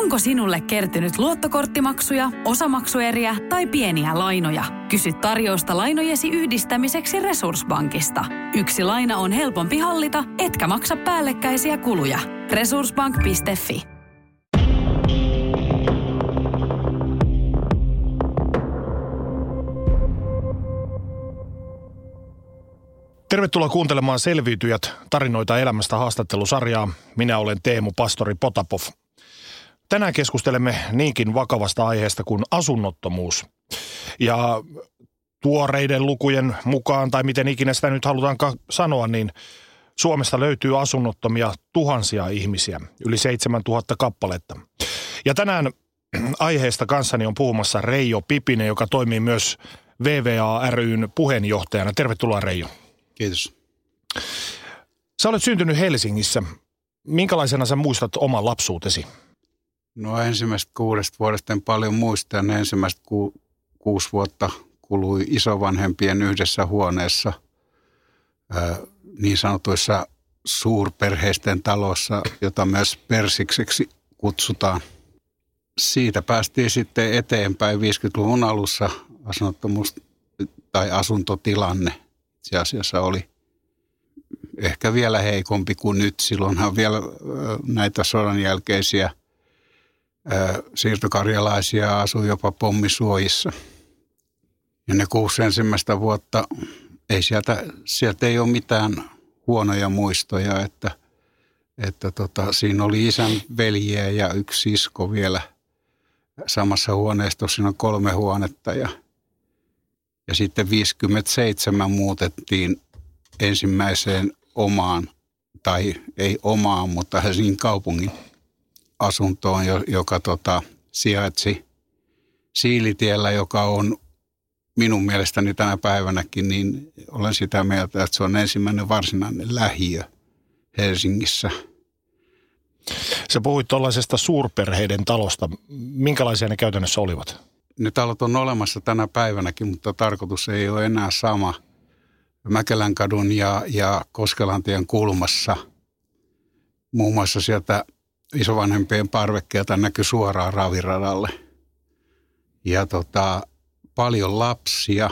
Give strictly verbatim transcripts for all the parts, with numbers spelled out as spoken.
Onko sinulle kertynyt luottokorttimaksuja, osamaksueriä tai pieniä lainoja? Kysy tarjousta lainojesi yhdistämiseksi Resurssbankista. Yksi laina on helpompi hallita, etkä maksa päällekkäisiä kuluja. resurssbank piste fi. Tervetuloa kuuntelemaan Selviytyjät, tarinoita elämästä haastattelusarjaa. Minä olen Teemu Pastori Potapov. Tänään keskustelemme niinkin vakavasta aiheesta kuin asunnottomuus. Ja tuoreiden lukujen mukaan, tai miten ikinä sitä nyt halutaankaan sanoa, niin Suomesta löytyy asunnottomia tuhansia ihmisiä, yli seitsemäntuhatta kappaletta. Ja tänään aiheesta kanssani on puhumassa Reijo Pipinen, joka toimii myös V V A ry:n puheenjohtajana. Tervetuloa, Reijo. Kiitos. Sä olet syntynyt Helsingissä. Minkälaisena sä muistat oman lapsuutesi? No ensimmäistä kuudesta vuodesta en paljon muista. Ne ensimmäistä ku, kuusi vuotta kului isovanhempien yhdessä huoneessa ää, niin sanotuissa suurperheisten talossa, jota myös Persikseksi kutsutaan. Siitä päästiin sitten eteenpäin viisikymmentäluvun alussa asunnottomuus tai asuntotilanne. Itse asiassa oli ehkä vielä heikompi kuin nyt. Silloinhan vielä näitä sodan jälkeisiä siirtokarjalaisia asui jopa pommisuojissa. Ja ne kuusi ensimmäistä vuotta, ei sieltä, sieltä ei ole mitään huonoja muistoja, että, että tota, siinä oli isän veljeä ja yksi sisko vielä samassa huoneistossa. Siinä on kolme huonetta ja Ja sitten viisikymmentäseitsemän muutettiin ensimmäiseen omaan, tai ei omaan, mutta Helsingin kaupungin asuntoon, joka tota, sijaitsi Siilitiellä, joka on minun mielestäni tänä päivänäkin, niin olen sitä mieltä, että se on ensimmäinen varsinainen lähiö Helsingissä. Sä puhuit tuollaisesta suurperheiden talosta. Minkälaisia ne käytännössä olivat? Ne talot on olemassa tänä päivänäkin, mutta tarkoitus ei ole enää sama. Mäkelänkadun ja, ja Koskelantien kulmassa. Muun muassa sieltä isovanhempien parvekkeelta näkyy suoraan raviradalle. Ja tota, paljon lapsia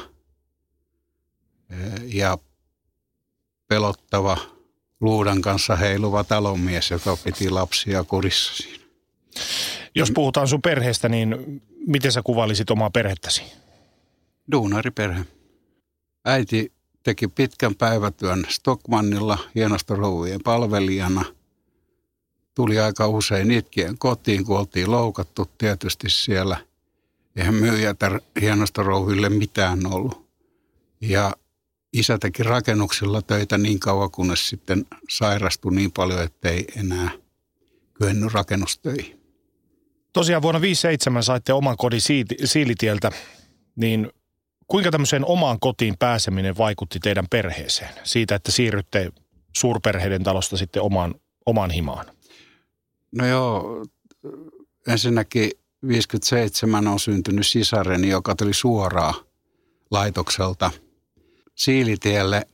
ja pelottava luudan kanssa heiluva talonmies, joka piti lapsia kurissa siinä. Jos puhutaan sun perheestä, niin miten sä kuvailisit omaa perhettäsi? Duunariperhe. Äiti teki pitkän päivätyön Stockmannilla hienostorouvujen palvelijana. Tuli aika usein itkien kotiin, kun oltiin loukattu tietysti siellä. Eihän myyjätä hienostorouvuille mitään ollut. Ja isä teki rakennuksilla töitä niin kauan, kunnes sitten sairastui niin paljon, ettei enää kyennyt rakennustöihin. Tosiaan vuonna viisikymmentäseitsemän saitte oman kodin Siilitieltä, niin kuinka tämmöiseen omaan kotiin pääseminen vaikutti teidän perheeseen? Siitä, että siirrytte suurperheiden talosta sitten omaan, omaan himaan. No joo, ensinnäkin viisikymmentäseitsemän on syntynyt sisareni, joka tuli suoraan laitokselta Siilitielle.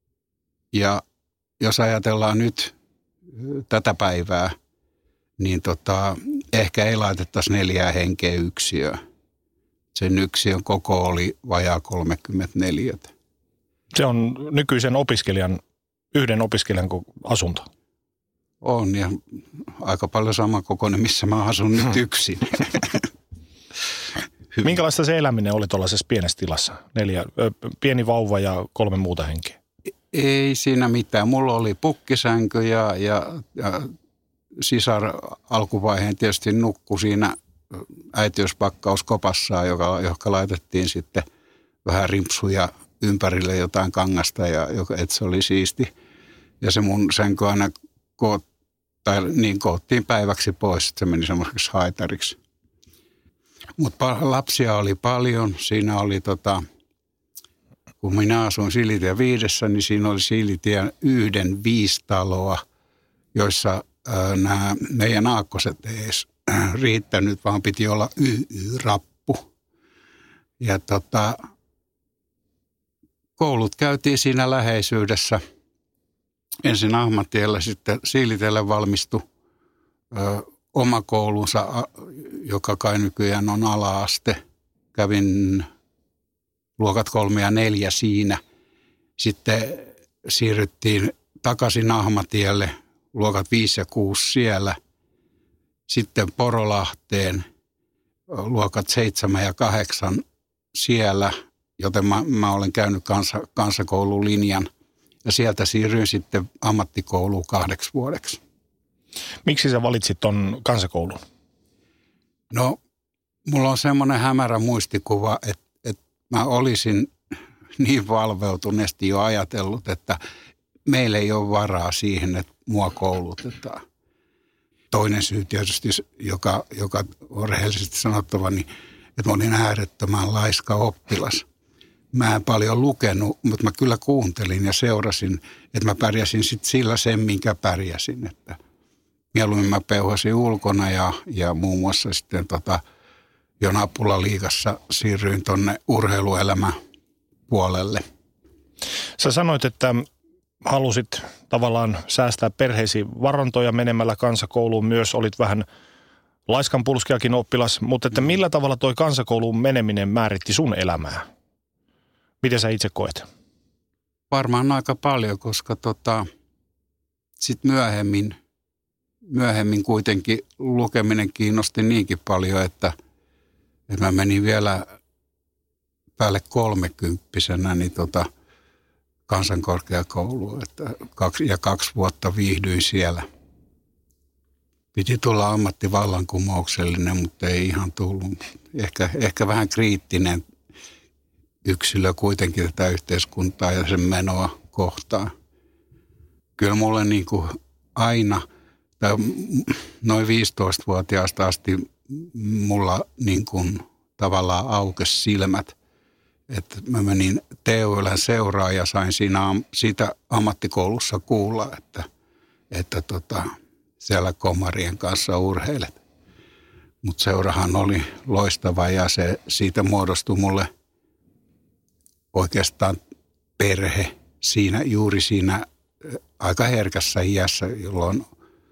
Ja jos ajatellaan nyt tätä päivää, niin tota, ehkä ei laitettaisi neljää henkeä yksiöön. Sen yksiön koko oli vajaa kolmekymmentäneljä. Se on nykyisen opiskelijan, yhden opiskelijan asunto. On ja aika paljon sama kokoinen, missä mä asun nyt yksin. Minkälaista se eläminen oli tuollaisessa pienessä tilassa? Neljä, ö, pieni vauva ja kolme muuta henkeä. Ei siinä mitään. Mulla oli pukkisänky ja, ja, ja sisar alkuvaiheen tietysti nukkui siinä äitiyspakkauskopassaan, joka, joka laitettiin sitten vähän rimpsuja ympärille jotain kangasta, ja, että se oli siisti. Ja se mun sänky aina koot, tai niin koottiin päiväksi pois, että se meni semmoiseksi haitariksi. Mutta lapsia oli paljon. Siinä oli tota, kun minä asuin Siilitien viidessä, niin siinä oli Siilitien yhden viisi taloa, joissa ää, nämä meidän aakkoset ei edes riittänyt, vaan piti olla Y Y-rappu. Ja tota, koulut käytiin siinä läheisyydessä. Ensin Ahmatiellä, sitten Siilitielle valmistui ö, oma koulunsa, joka kai nykyään on ala-aste. Kävin luokat kolme ja neljä siinä. Sitten siirryttiin takaisin Ahmatielle, luokat viisi ja kuusi siellä. Sitten Porolahteen, luokat seitsemän ja kahdeksan siellä, joten mä, mä olen käynyt kansa, kansakoululinjan. Ja sieltä siirryin sitten ammattikouluun kahdeksi vuodeksi. Miksi sä valitsit ton kansakoulun? No, mulla on semmoinen hämärä muistikuva, että, että mä olisin niin valveutuneesti jo ajatellut, että meillä ei ole varaa siihen, että mua koulutetaan. Toinen syy tietysti, joka, joka on rehellisesti sanottava, niin että mä olin äärettömän laiska oppilas. Mä en paljon lukenut, mutta mä kyllä kuuntelin ja seurasin, että mä pärjäsin sitten sillä sen, minkä pärjäsin. Että mieluummin mä peuhasin ulkona ja, ja muun muassa sitten tota, jo Nappula-liigassa siirryin tonne urheiluelämän puolelle. Sä sanoit, että halusit tavallaan säästää perheesi varantoja menemällä kansakouluun myös. Olit vähän laiskanpulskiakin oppilas, mutta että millä tavalla toi kansakouluun meneminen määritti sun elämää? Miten sä itse koet? Varmaan aika paljon, koska tota, sitten myöhemmin, myöhemmin kuitenkin lukeminen kiinnosti niinkin paljon, että, että mä menin vielä päälle kolmekymppisenä niin tota, kansankorkeakouluun että kaksi, ja kaksi vuotta viihdyin siellä. Piti tulla ammattivallankumouksellinen, mutta ei ihan tullut. Ehkä, ehkä vähän kriittinen yksilö kuitenkin tätä yhteiskuntaa ja sen menoa kohtaan. Kyllä mulle niin kuin aina, tai noin viisitoistavuotiaasta asti mulla niin kuin tavallaan aukesi silmät. Että mä menin T U L:n seuraan ja sain siinä, siitä ammattikoulussa kuulla, että, että tota, siellä komarien kanssa urheilet. Mutta seurahan oli loistava ja se, siitä muodostui mulle oikeastaan perhe siinä, juuri siinä aika herkässä iässä, jolloin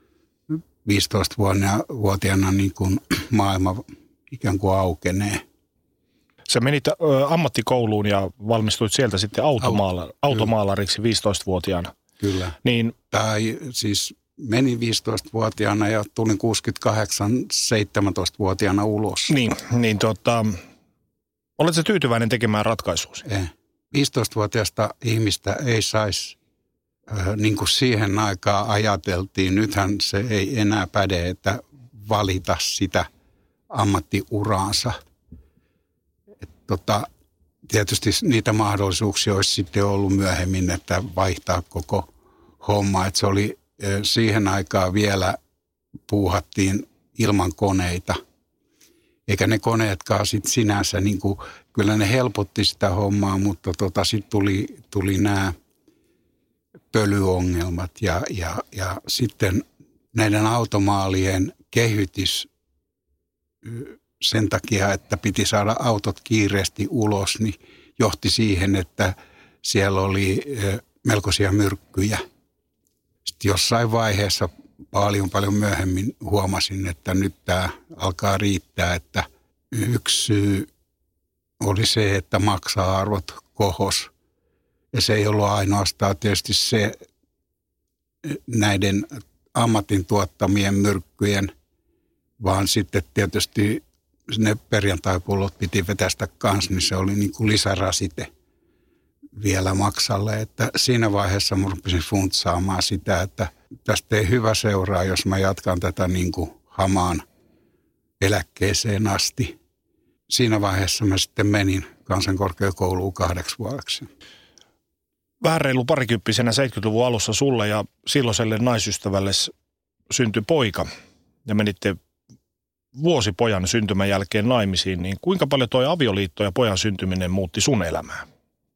viisitoistavuotiaana niin kuin maailma ikään kuin aukenee. Sä menit ä, ammattikouluun ja valmistuit sieltä sitten automaala, automaalariksi viisitoistavuotiaana. Kyllä. Niin, tai siis menin viisitoistavuotiaana ja tulin kuusikymmentäkahdeksan seitsemäntoistavuotiaana ulos. Niin, niin tota, oletko tyytyväinen tekemään ratkaisuusi? Ei. viisitoistavuotiaasta ihmistä ei saisi, äh, niin kuin siihen aikaan ajateltiin, nythän se ei enää päde, että valita sitä ammattiuraansa. Et, tota, tietysti niitä mahdollisuuksia olisi sitten ollut myöhemmin, että vaihtaa koko homma. Et se oli äh, siihen aikaan vielä puuhattiin ilman koneita. Eikä ne koneetkaan sitten sinänsä, niin kuin, kyllä ne helpotti sitä hommaa, mutta tota, sitten tuli, tuli nämä pölyongelmat ja, ja, ja sitten näiden automaalien kehytis sen takia, että piti saada autot kiireesti ulos, niin johti siihen, että siellä oli melkoisia myrkkyjä. Sitten jossain vaiheessa paljon paljon myöhemmin huomasin, että nyt tämä alkaa riittää, että yksi syy oli se, että maksa-arvot kohos. Ja se ei ollut ainoastaan tietysti se näiden ammatin tuottamien myrkkyjen, vaan sitten tietysti ne perjantaipullot piti vetästä kanssa, niin se oli niin kuin lisärasite vielä maksalle. Että siinä vaiheessa mä rupesin funtsaamaan sitä, että tästä ei hyvä seuraa, jos mä jatkan tätä niin kuin hamaan eläkkeeseen asti. Siinä vaiheessa mä sitten menin kansankorkeakouluun kahdeksi vuodeksi. Vähän reilu parikymppisenä seitsemänkymmentäluvun alussa sulle ja silloiselle naisystävälle syntyi poika ja menitte vuosi pojan syntymän jälkeen naimisiin, niin kuinka paljon toi avioliitto ja pojan syntyminen muutti sun elämää?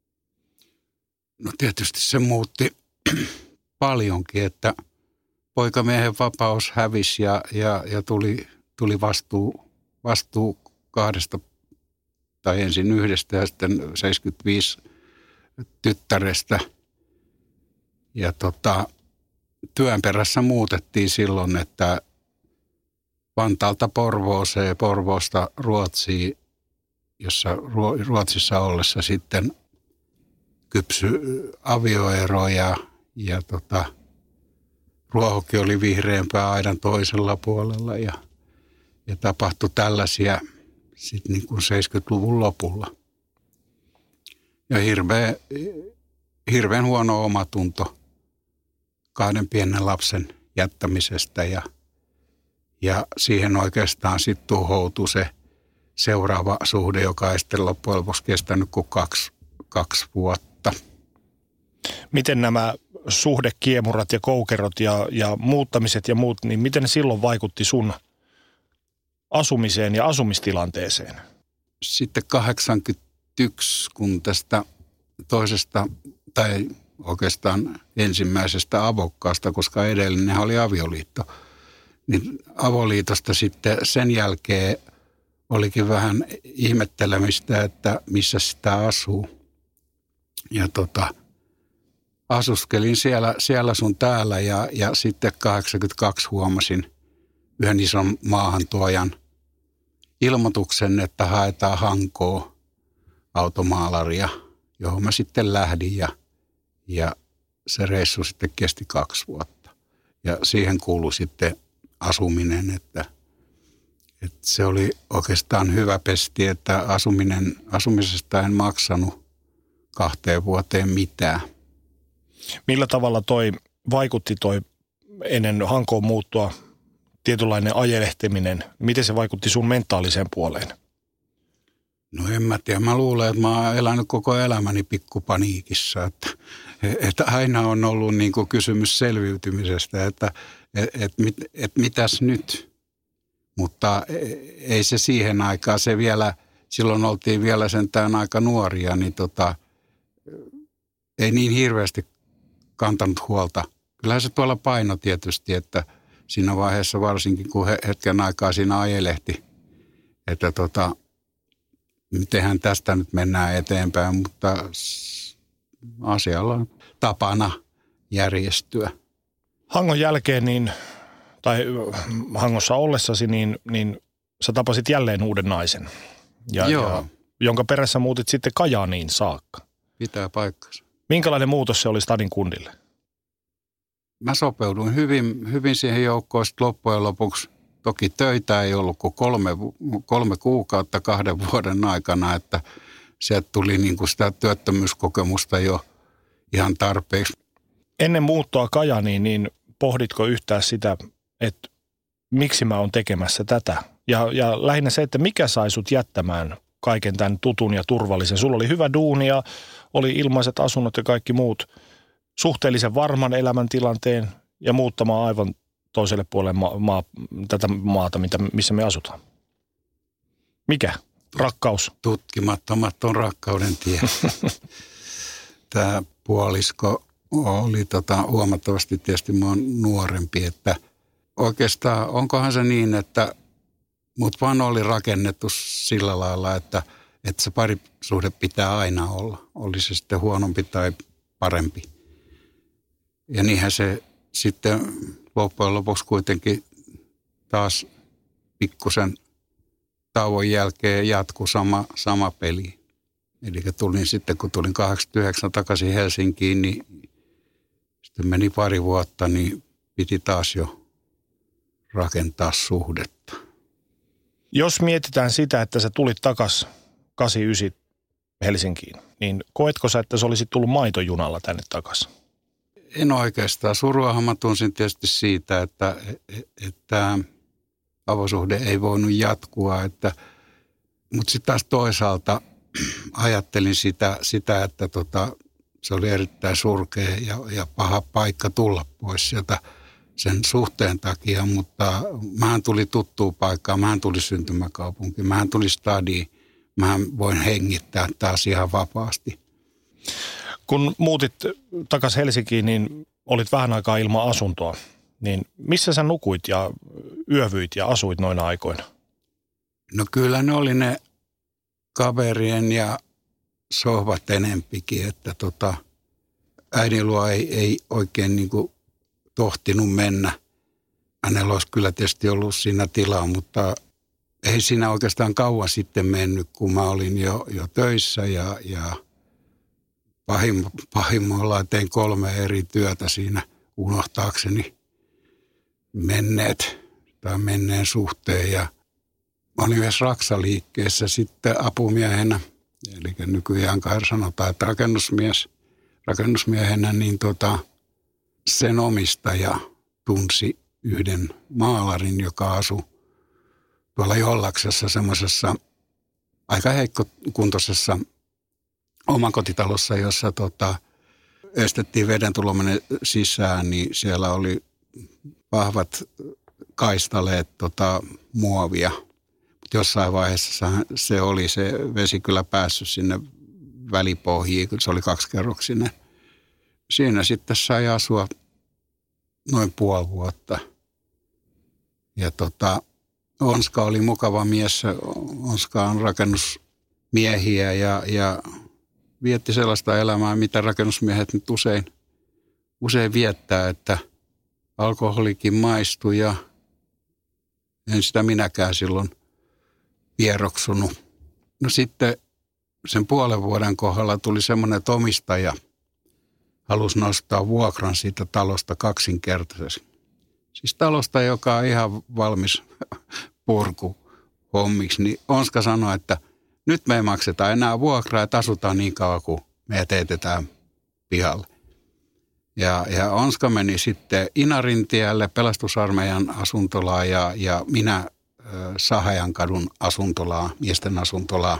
No tietysti se muutti paljonkin, että poikamiehen vapaus hävisi ja, ja, ja tuli, tuli vastuu, vastuu kahdesta tai ensin yhdestä ja sitten seitsemänkymmentäviisi tyttärestä. Ja tota, työn perässä muutettiin silloin, että Vantaalta Porvooseen ja Porvoosta Ruotsiin, jossa Ruotsissa ollessa sitten kypsy avioero ja, ja tota, ruohokin oli vihreämpää aidan toisella puolella ja, ja tapahtui tällaisia sitten niin kuin seitsemänkymmentäluvun lopulla. Ja hirveän, hirveän huono omatunto kahden pienen lapsen jättämisestä ja, ja siihen oikeastaan sitten tuhoutui se seuraava suhde, joka ei sitten loppujen lopuksi kestänyt kuin kaksi, kaksi vuotta. Miten nämä suhdekiemurat ja koukerot ja, ja muuttamiset ja muut, niin miten ne silloin vaikutti sun asumiseen ja asumistilanteeseen? Sitten kahdeksankymmentäyksi, kun tästä toisesta, tai oikeastaan ensimmäisestä avokkaasta, koska edellinen oli avioliitto, niin avoliitosta sitten sen jälkeen olikin vähän ihmettelemistä, että missä sitä asuu. Ja tota, asuskelin siellä, siellä sun täällä ja, ja sitten kahdeksankymmentäkaksi huomasin yhden ison maahantuojan ilmoituksen, että haetaan Hankoon automaalaria, johon mä sitten lähdin ja, ja se reissu sitten kesti kaksi vuotta. Ja siihen kuului sitten asuminen, että, että se oli oikeastaan hyvä pesti, että asuminen, asumisesta en maksanut kahteen vuoteen mitään. Millä tavalla toi vaikutti toi ennen Hankoon muuttua tietynlainen ajelehtiminen? Miten se vaikutti sun mentaaliseen puoleen? No en mä tiedä. Mä luulen, että mä oon elänyt koko elämäni pikkupaniikissa. Että, että aina on ollut niin kuin kysymys selviytymisestä, että että että, että mitäs nyt? Mutta ei se siihen aikaan, se vielä, silloin oltiin vielä sentään aika nuoria, niin tota, ei niin hirveästi kantanut huolta. Kyllähän se tuolla paino tietysti, että siinä vaiheessa varsinkin, kun hetken aikaa siinä ajelehti, että tota, mitenhän tästä nyt mennään eteenpäin, mutta asialla on tapana järjestyä. Hangon jälkeen, niin, tai Hangossa ollessasi, niin, niin sä tapasit jälleen uuden naisen, ja, ja, jonka perässä muutit sitten Kajaaniin saakka. Pitää paikkansa. Minkälainen muutos se oli stadin kundille? Mä sopeuduin hyvin, hyvin siihen joukkoon loppujen lopuksi. Toki töitä ei ollut kuin kolme, kolme kuukautta kahden vuoden aikana, että sieltä tuli niin kuin sitä työttömyyskokemusta jo ihan tarpeeksi. Ennen muuttoa Kajaaniin, niin pohditko yhtään sitä, että miksi mä oon tekemässä tätä? Ja, ja lähinnä se, että mikä sai sut jättämään kaiken tämän tutun ja turvallisen. Sulla oli hyvä duuni ja oli ilmaiset asunnot ja kaikki muut. Suhteellisen varman elämäntilanteen ja muuttamaan aivan toiselle puolelle maa, maa, tätä maata, mitä, missä me asutaan. Mikä? Rakkaus? Tutkimattomat on rakkauden tie. Tämä puolisko oli tota, huomattavasti tietysti mä oon nuorempi, että oikeastaan onkohan se niin, että mut vaan oli rakennettu sillä lailla, että, että se parisuhde pitää aina olla. Oli se sitten huonompi tai parempi. Ja niinhän se sitten loppujen lopuksi kuitenkin taas pikkusen tauon jälkeen jatkui sama, sama peli. Eli tulin sitten, kun tulin kahdeksankymmentäyhdeksän takaisin Helsinkiin, niin sitten meni pari vuotta, niin piti taas jo rakentaa suhdetta. Jos mietitään sitä, että sä tulit takaisin kahdeksankymmentäyhdeksän Helsinkiin, niin koetko sä, että sä olisit tullut maitojunalla tänne takaisin? En oikeastaan. Suruahan mä tunsin tietysti siitä, että, että avosuhde ei voinut jatkua. Että, mutta sitten taas toisaalta ajattelin sitä, sitä että tota, se oli erittäin surkea ja, ja paha paikka tulla pois sieltä sen suhteen takia. Mutta mähän tuli tuttuun paikkaan, mähän tuli syntymäkaupunkiin, mähän tuli stadiin. Mähän voin hengittää taas ihan vapaasti. Kun muutit takaisin Helsinkiin, niin olit vähän aikaa ilman asuntoa. Niin missä sä nukuit ja yövyit ja asuit noina aikoina? No kyllä ne oli ne kaverien ja sohvat enempikin, että tota, äidin luo ei, ei oikein niin kuin tohtinut mennä. hänellä olisi kyllä tietysti ollut siinä tilaa, mutta ei siinä oikeastaan kauan sitten mennyt, kun mä olin jo, jo töissä ja, ja pahim, pahimmillaan tein kolme eri työtä siinä unohtaakseni menneet tai menneen suhteen. Ja mä olin myös Raksaliikkeessä sitten apumiehenä, eli nykyään kai sanotaan, että rakennusmies, rakennusmiehenä, niin tota, sen omistaja tunsi yhden maalarin, joka asui tuolla Jollaksessa semmoisessa aika heikkokuntoisessa omakotitalossa, jossa tota, estettiin veden tulominen sisään, niin siellä oli vahvat kaistaleet tota, muovia. Mut jossain vaiheessa se oli se vesi kyllä päässyt sinne välipohjiin, kun se oli kaksikerroksinen. Siinä sitten sai asua noin puoli vuotta. Ja tota, Onska oli mukava mies. Onska on rakennusmiehiä ja, ja vietti sellaista elämää, mitä rakennusmiehet nyt usein, usein viettää, että alkoholikin maistui ja en sitä minäkään silloin vieroksunut. No sitten sen puolen vuoden kohdalla tuli semmoinen, että omistaja halusi nostaa vuokran siitä talosta kaksinkertaisesti. Siis talosta, joka on ihan valmis purku hommiksi, niin Onska sanoi, että nyt me ei makseta enää vuokraa, että asutaan niin kauan, kuin me teetetään pihalle. Ja, ja Onska meni sitten Inarintielle pelastusarmeijan asuntolaan ja, ja minä äh, Sahajankadun asuntolaan, miesten asuntolaan.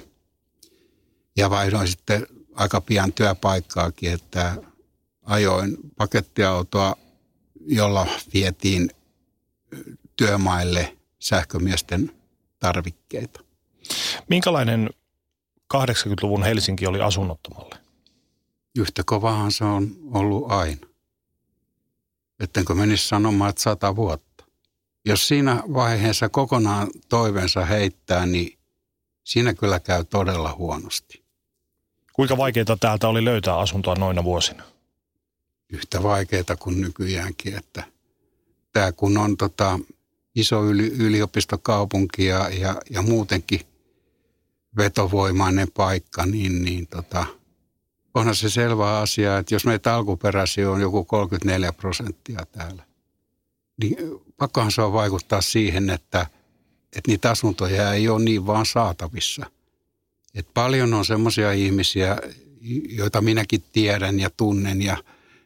Ja vaihdoin sitten aika pian työpaikkaakin, että ajoin pakettiautoa, jolla vietiin työmaille sähkömiesten tarvikkeita. Minkälainen kahdeksankymmentäluvun Helsinki oli asunnottomalle? Yhtä kovahan se on ollut aina. Ettenkö menisi sanomaan, että sata vuotta. Jos siinä vaiheessa kokonaan toiveensa heittää, niin siinä kyllä käy todella huonosti. Kuinka vaikeaa täältä oli löytää asuntoa noina vuosina? Yhtä vaikeaa kuin nykyäänkin, että tämä kun on tota iso yli, yliopistokaupunki ja, ja, ja muutenkin vetovoimainen paikka, niin, niin tota, onhan se selvä asia, että jos meitä alkuperäisiä on joku kolmekymmentäneljä prosenttia täällä, niin pakkohan se on vaikuttaa siihen, että, että niitä asuntoja ei ole niin vaan saatavissa. Et paljon on semmoisia ihmisiä, joita minäkin tiedän ja tunnen, ja,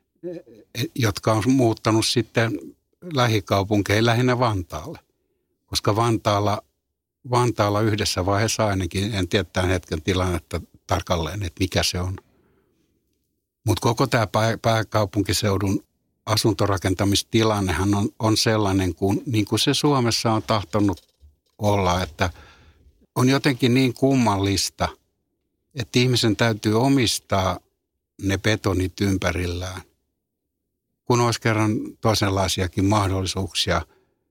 jotka on muuttanut sitten lähikaupunkeihin, lähinnä Vantaalle. Koska Vantaalla, Vantaalla yhdessä vaiheessa ainakin, en tiedä tämän hetken tilannetta tarkalleen, että mikä se on. Mutta koko tämä pääkaupunkiseudun asuntorakentamistilannehan on, on sellainen, kuin, niin kuin se Suomessa on tahtonut olla, että on jotenkin niin kummallista, että ihmisen täytyy omistaa ne betonit ympärillään, kun olisi kerran toisenlaisiakin mahdollisuuksia,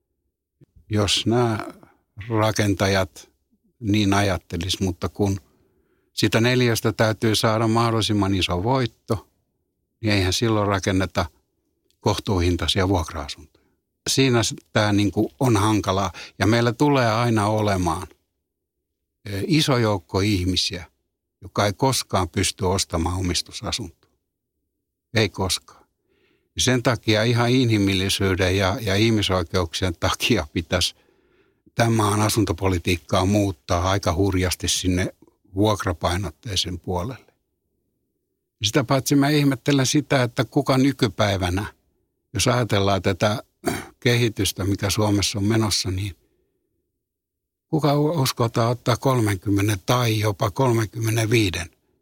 jos nämä rakentajat niin ajattelisi, mutta kun sitä neliöstä täytyy saada mahdollisimman iso voitto, niin eihän silloin rakenneta kohtuuhintaisia vuokra-asuntoja. Siinä tämä niin kuin on hankalaa ja meillä tulee aina olemaan iso joukko ihmisiä, joka ei koskaan pysty ostamaan omistusasuntoa. Ei koskaan. Sen takia ihan inhimillisyyden ja, ja ihmisoikeuksien takia pitäisi tämän asuntopolitiikkaa muuttaa aika hurjasti sinne vuokrapainotteisen puolelle. Sitä paitsi mä ihmettelen sitä, että kuka nykypäivänä, jos ajatellaan tätä kehitystä, mikä Suomessa on menossa, niin kuka uskotaan ottaa kolmekymmentä tai jopa kolmekymmentäviisi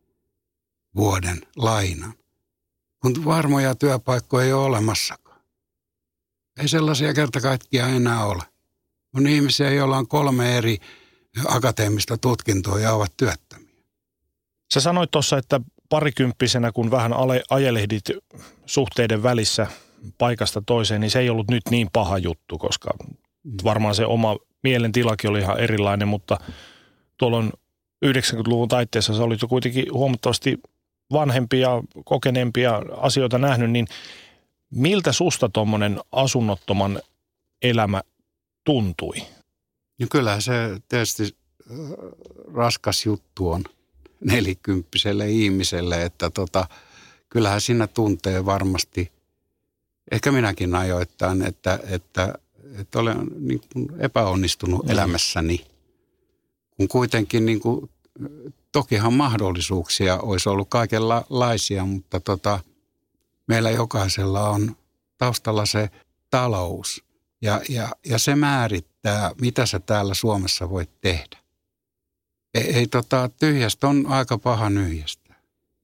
vuoden lainan, kun varmoja työpaikkoja ei ole olemassakaan. Ei sellaisia kerta kaikkiaan enää ole. On ihmisiä, joilla on kolme eri akateemista tutkintoa ja ovat työttömiä. Sä sanoit tuossa, että parikymppisenä, kun vähän ajelehdit suhteiden välissä paikasta toiseen, niin se ei ollut nyt niin paha juttu, koska varmaan se oma mielentilakin oli ihan erilainen, mutta tuolloin yhdeksänkymmentäluvun taitteessa sä olit jo kuitenkin huomattavasti vanhempia, kokeneempia asioita nähnyt, niin miltä susta tuommoinen asunnottoman elämä tuntui? No kyllähän se tietysti raskas juttu on nelikymppiselle ihmiselle, että tota, kyllähän siinä tuntee varmasti, ehkä minäkin ajoittain, että, että, että olen niin kuin epäonnistunut mm. elämässäni. Kun kuitenkin, niin kuin, tokihan mahdollisuuksia olisi ollut kaikenlaisia, mutta tota, meillä jokaisella on taustalla se talous ja, ja, ja se määrittää, mitä sä täällä Suomessa voit tehdä. Ei, ei tota, tyhjästä on aika paha nyhjästä.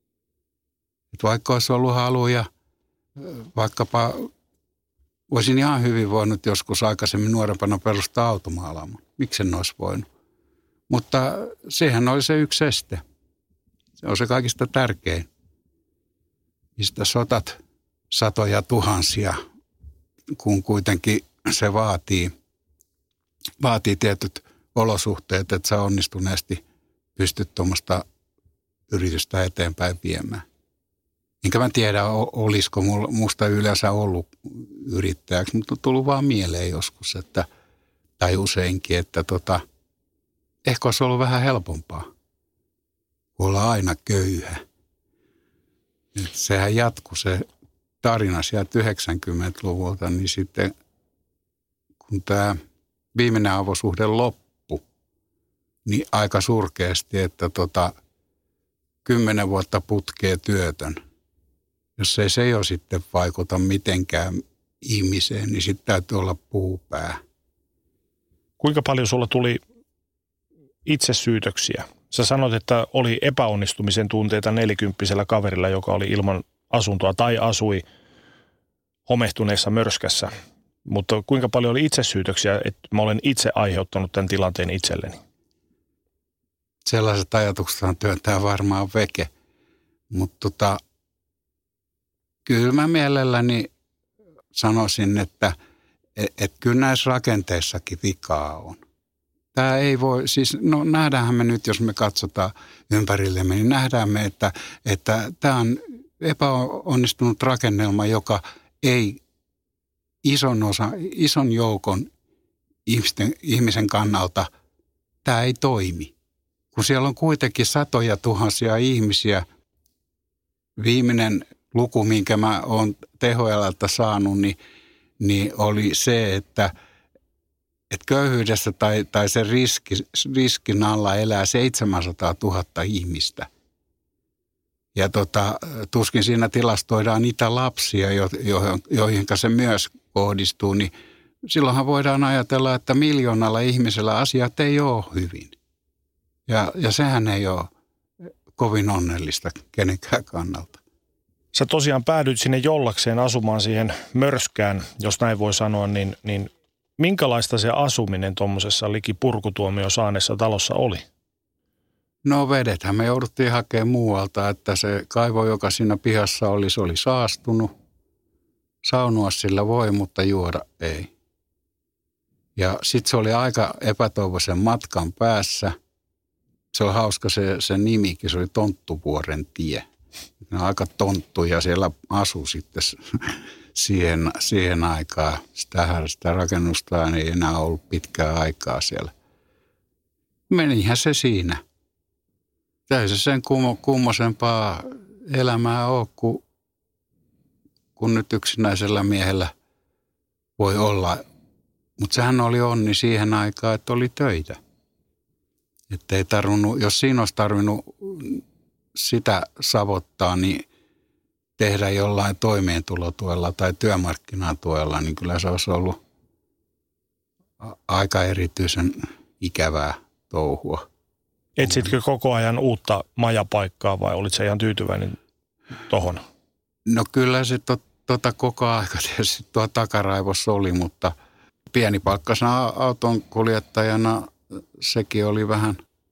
Et vaikka olisi ollut haluja, vaikkapa voisin ihan hyvin voinut joskus aikaisemmin nuorempana perustaa automaalaamon. Miksi en olisi voinut? Mutta sehän oli se yksi este. Se on se kaikista tärkein. Mistä sotat satoja tuhansia, kun kuitenkin se vaatii, vaatii tietyt olosuhteet, että sä onnistuneesti pystyt tuommoista yritystä eteenpäin viemään. Enkä mä tiedä, olisiko musta yleensä ollut yrittäjäksi, mutta on tullut vaan mieleen joskus, että, tai useinkin, että tota, ehkä olisi ollut vähän helpompaa, kun olla aina köyhä. Et sehän jatkui se tarina sieltä yhdeksänkymmentäluvulta, niin sitten kun tämä viimeinen avosuhde loppui, niin aika surkeasti, että tota, kymmenen vuotta putkee työtön. Jos ei se jo sitten vaikuta mitenkään ihmiseen, niin sitten täytyy olla puupää. Kuinka paljon sulla tuli itsesyytöksiä? Sä sanoit, että oli epäonnistumisen tunteita nelikymppisellä kaverilla, joka oli ilman asuntoa tai asui homehtuneessa mörskässä. Mutta kuinka paljon oli itsesyytöksiä, että mä olen itse aiheuttanut tämän tilanteen itselleni? Sellaiset ajatuksethan työntää varmaan veke. Mutta tota, kyllä mä mielelläni sanoisin, että et, et kyllä näissä rakenteissakin vikaa on. Tämä ei voi, siis no nähdäänhän me nyt, jos me katsotaan ympärillemme, niin nähdään me, että, että tämä on epäonnistunut rakennelma, joka ei ison, osa, ison joukon ihmisten, ihmisen kannalta, tämä ei toimi. Kun siellä on kuitenkin satoja tuhansia ihmisiä, viimeinen luku, minkä mä oon T H L:ltä saanut, niin, niin oli se, että et köyhyydessä tai, tai sen riski, riskin alla elää seitsemänsataatuhatta ihmistä. Ja tota, tuskin siinä tilastoidaan niitä lapsia, jo, jo, joihin se myös kohdistuu, niin silloinhan voidaan ajatella, että miljoonalla ihmisellä asiat ei ole hyvin. Ja, ja sehän ei ole kovin onnellista kenenkään kannalta. Sä tosiaan päädyit sinne jollakseen asumaan siihen mörskään, jos näin voi sanoa, niin, niin minkälaista se asuminen tuommoisessa liki purkutuomio saaneessa talossa oli? No vedethän me jouduttiin hakemaan muualta, että se kaivo, joka siinä pihassa oli, se oli saastunut. Saunua sillä voi, mutta juoda ei. Ja sitten se oli aika epätoivoisen matkan päässä. Se oli hauska se, se nimikin, se oli Tonttuvuoren tie. Ne on aika tonttu ja siellä asui sitten siihen, siihen aikaan. Sitä, sitä rakennusta ei enää ollut pitkää aikaa siellä. Menihän se siinä. Ei se sen kummo, kummosempaa elämää ole, kun, kun nyt yksinäisellä miehellä voi olla. Mutta sehän oli onni siihen aikaan, että oli töitä. Että ei tarvinnut, jos siinä olisi tarvinnut sitä savottaa, niin tehdä jollain toimeentulotuella tai työmarkkinatuella, niin kyllä se olisi ollut aika erityisen ikävää touhua. Etsitkö koko ajan uutta majapaikkaa vai olit sä ihan tyytyväinen tohon? No kyllä se to, tota koko aika tietysti tuo takaraivossa oli, mutta pienipalkkaisena auton kuljettajana sekin oli vähän.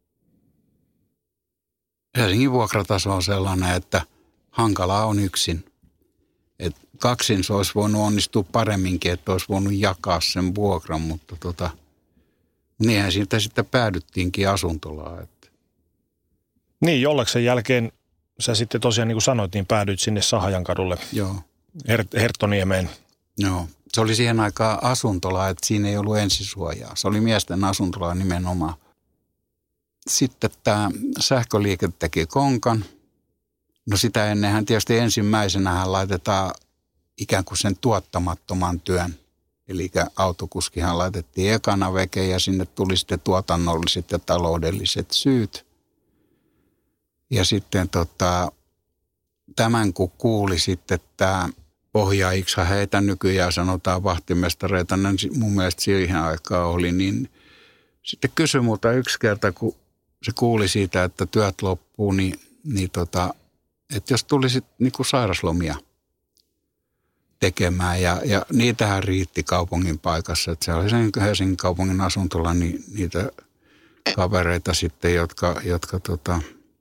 Helsingin vuokrataso on sellainen, että hankalaa on yksin. Et kaksin se olisi voinut onnistua paremminkin, että olisi voinut jakaa sen vuokran, mutta tota, niinhän siitä sitten päädyttiinkin asuntolaan. Että. Niin, jollaksen jälkeen sä sitten tosiaan niin kuin sanoit, niin päädyit sinne Sahajankadulle. Joo. Her- Herttoniemeen. Joo, se oli siihen aikaan asuntola, että siinä ei ollut ensisuojaa. Se oli miesten asuntola nimenomaan. Sitten tämä sähköliike teki konkan. No sitä ennenhän tietysti ensimmäisenähän laitetaan ikään kuin sen tuottamattoman työn. Eli autokuskihan laitettiin ekana veke ja sinne tuli sitten tuotannolliset ja taloudelliset syyt. Ja sitten tota, tämän kun kuuli sitten tämä pohjaiksa, heitä nykyään sanotaan vahtimestareita, niin mun mielestä siihen aikaan oli, niin sitten kysyi multa yksi kerta, kun se kuuli siitä, että työt loppuu, niin, niin tota, että jos tulisit niin kuin sairaslomia tekemään, ja, ja niitähän riitti kaupungin paikassa, että se oli sen Helsingin kaupungin asuntolla niin, niitä kavereita sitten, jotka, jotka tota,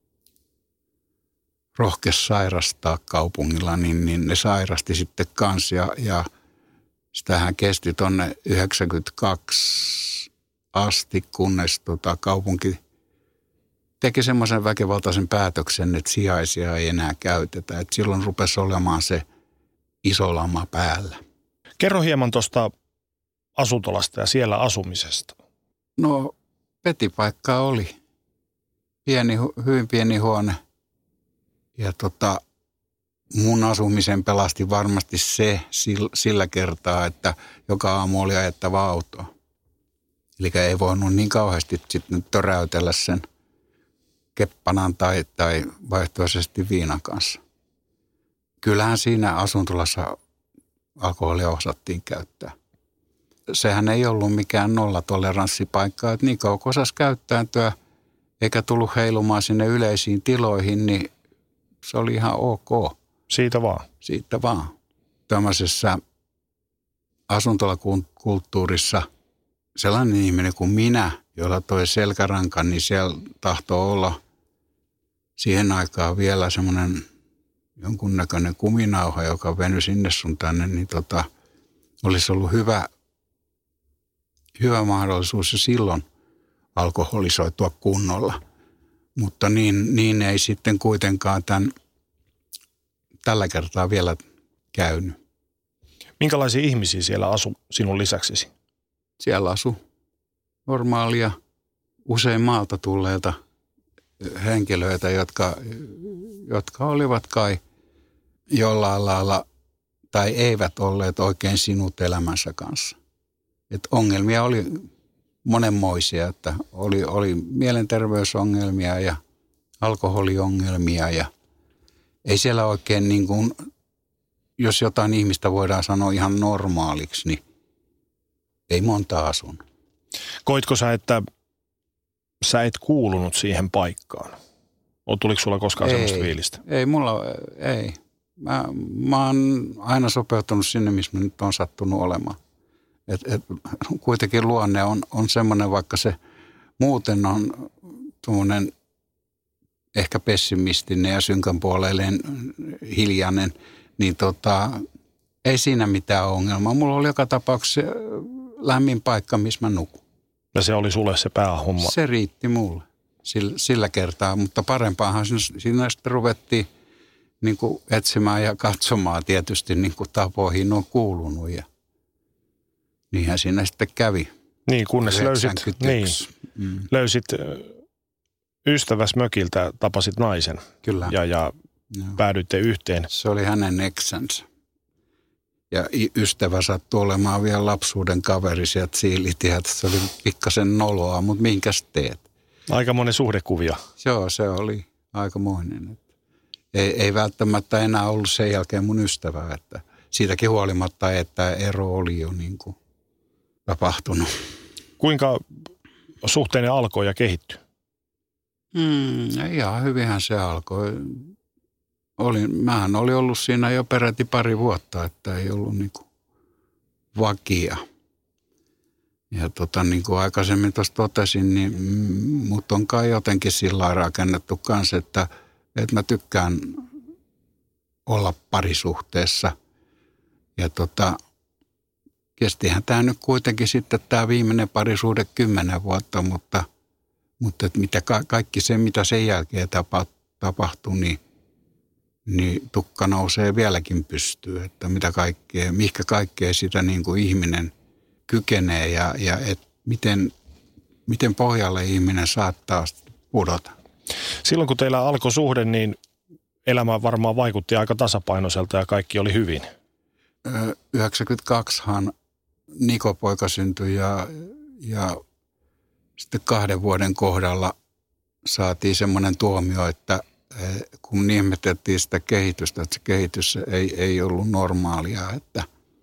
rohkesi sairastaa kaupungilla, niin, niin ne sairasti sitten kanssa, ja, ja sitähän kesti tuonne yhdeksänkymmentäkaksi asti, kunnes tota, kaupunki teki semmoisen väkivaltaisen päätöksen, että sijaisia ei enää käytetä. Et silloin rupesi olemaan se iso lama päällä. Kerro hieman tuosta asuntolasta ja siellä asumisesta. No, petipaikkaa oli. Pieni, hyvin pieni huone. Ja tota, mun asumisen pelasti varmasti se sillä kertaa, että joka aamu oli ajettava autoa. Eli ei voinut niin kauheasti sitten töräytellä sen keppanan tai, tai vaihtoehtoisesti viinan kanssa. Kyllähän siinä asuntolassa alkoholia osattiin käyttää. Sehän ei ollut mikään nollatoleranssipaikka, että niin kauan kun osasi käyttäytyä eikä tullut heilumaan sinne yleisiin tiloihin, niin se oli ihan ok. Siitä vaan? Siitä vaan. Tämmöisessä asuntolakulttuurissa sellainen ihminen kuin minä, jolla toi selkäranka, niin siellä tahtoo olla siihen aikaan vielä semmoinen jonkunnäköinen kuminauha, joka venyi sinne sun tänne, niin tota, olisi ollut hyvä, hyvä mahdollisuus jo silloin alkoholisoitua kunnolla. Mutta niin, niin ei sitten kuitenkaan tämän, tällä kertaa vielä käynyt. Minkälaisia ihmisiä siellä asui sinun lisäksesi? Siellä asui normaalia, usein maalta tulleita henkilöitä, jotka, jotka olivat kai jollain lailla tai eivät olleet oikein sinut elämänsä kanssa. Et ongelmia oli monenmoisia, että oli, oli mielenterveysongelmia ja alkoholiongelmia ja ei siellä oikein niin kuin, jos jotain ihmistä voidaan sanoa ihan normaaliksi, niin ei monta asun. Koitko sä, että sä et kuulunut siihen paikkaan? O, tuliko sulla koskaan ei, semmoista fiilistä? Ei, mulla ei. Mä, mä oon aina sopeutunut sinne, missä mä nyt on sattunut olemaan. Et, et, kuitenkin luonne on, on semmoinen, vaikka se muuten on tuommoinen ehkä pessimistinen ja synkänpuoleinen hiljainen, niin tota, ei siinä mitään ongelmaa. Mulla oli joka tapauksessa lämmin paikka, missä mä nukun. Ja se oli sulle se päähomma? Se riitti mulle sillä, sillä kertaa, mutta parempaahan siinä, siinä sitten ruvettiin niin kuin etsimään ja katsomaan tietysti niin kuin tapoihin on kuulunut ja niinhän siinä sitten kävi. Niin, kunnes löysit, niin, mm. löysit ystäväs mökiltä, tapasit naisen. Kyllä. Ja, ja päädyitte yhteen. Se oli hänen eksänsä. Ja ystävä sattui olemaan vielä lapsuuden kaveri sieltä Siilitieltä. Se oli pikkasen noloa, mutta minkäs teet? Aikamoinen suhdekuvia. Joo, se oli aikamoinen. Ei, ei välttämättä enää ollut sen jälkeen mun ystävää. Että siitäkin huolimatta, että ero oli jo niin kuin tapahtunut. Kuinka suhteinen alkoi ja kehittyi? Mm, ihan hyvinhän se alkoi. Olin, mähän oli ollut siinä jo peräti pari vuotta, että ei ollut niin kuin vakia. Ja tota, niin kuin aikaisemmin tuossa totesin, niin mut on kai jotenkin sillä lailla rakennettu kanssa, että, että mä tykkään olla parisuhteessa. Ja tota, kestihän tämä nyt kuitenkin sitten tämä viimeinen parisuhde kymmenen vuotta, mutta, mutta että mitä, kaikki se, mitä sen jälkeen tapahtui, niin niin tukka nousee vieläkin pystyyn, että mitä kaikkea, mihinkä kaikkea sitä niin kuin ihminen kykenee ja, ja et miten, miten pohjalle ihminen saattaa pudota. Silloin kun teillä alkoi suhde, niin elämä varmaan vaikutti aika tasapainoiselta ja kaikki oli hyvin. yhdeksänkymmentäkaksihan Niko-poika syntyi ja, ja sitten kahden vuoden kohdalla saatiin semmoinen tuomio, että kun ihmeteltiin sitä kehitystä, että se kehitys ei, ei ollut normaalia, että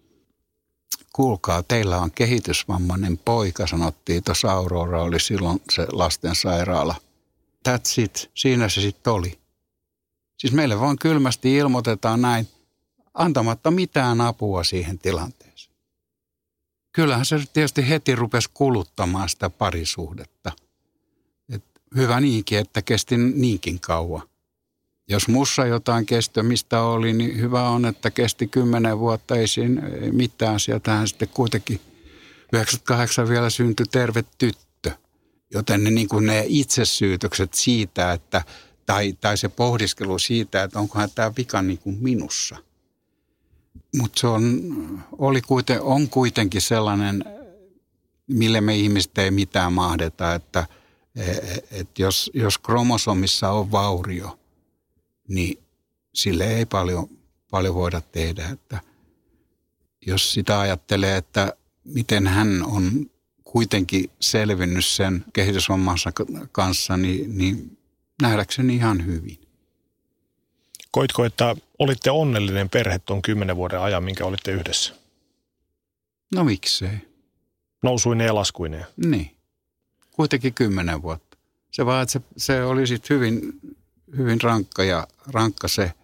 kuulkaa, teillä on kehitysvammainen poika, sanottiin, tuossa Aurora oli silloin se lastensairaala. That's it, siinä se sitten oli. Siis meille vaan kylmästi ilmoitetaan näin, antamatta mitään apua siihen tilanteeseen. Kyllähän se tietysti heti rupesi kuluttamaan sitä parisuhdetta. Et hyvä niinkin, että kesti niinkin kauan. Jos mussa jotain kestämistä oli, niin hyvä on, että kesti kymmenen vuotta, ei siinä mitään. Sieltähän sitten kuitenkin yhdeksänkymmentäkahdeksan vielä syntyi terve tyttö. Joten ne, niin kuin ne itsesyytökset siitä, että, tai, tai se pohdiskelu siitä, että onkohan tämä vika niin kuin minussa. Mutta se on, oli kuiten, on kuitenkin sellainen, mille me ihmiset ei mitään mahdeta, että et jos, jos kromosomissa on vaurio, niin sille ei paljon, paljon voida tehdä. Että jos sitä ajattelee, että miten hän on kuitenkin selvinnyt sen kehitysvammansa kanssa, niin, niin nähdäkseni ihan hyvin. Koitko, että olitte onnellinen perhe tuon kymmenen vuoden ajan, minkä olitte yhdessä? No miksei. Nousuineen ja laskuineen. Niin. Kuitenkin kymmenen vuotta. Se vaan, että se, se oli sitten hyvin, hyvin rankka ja rankka se,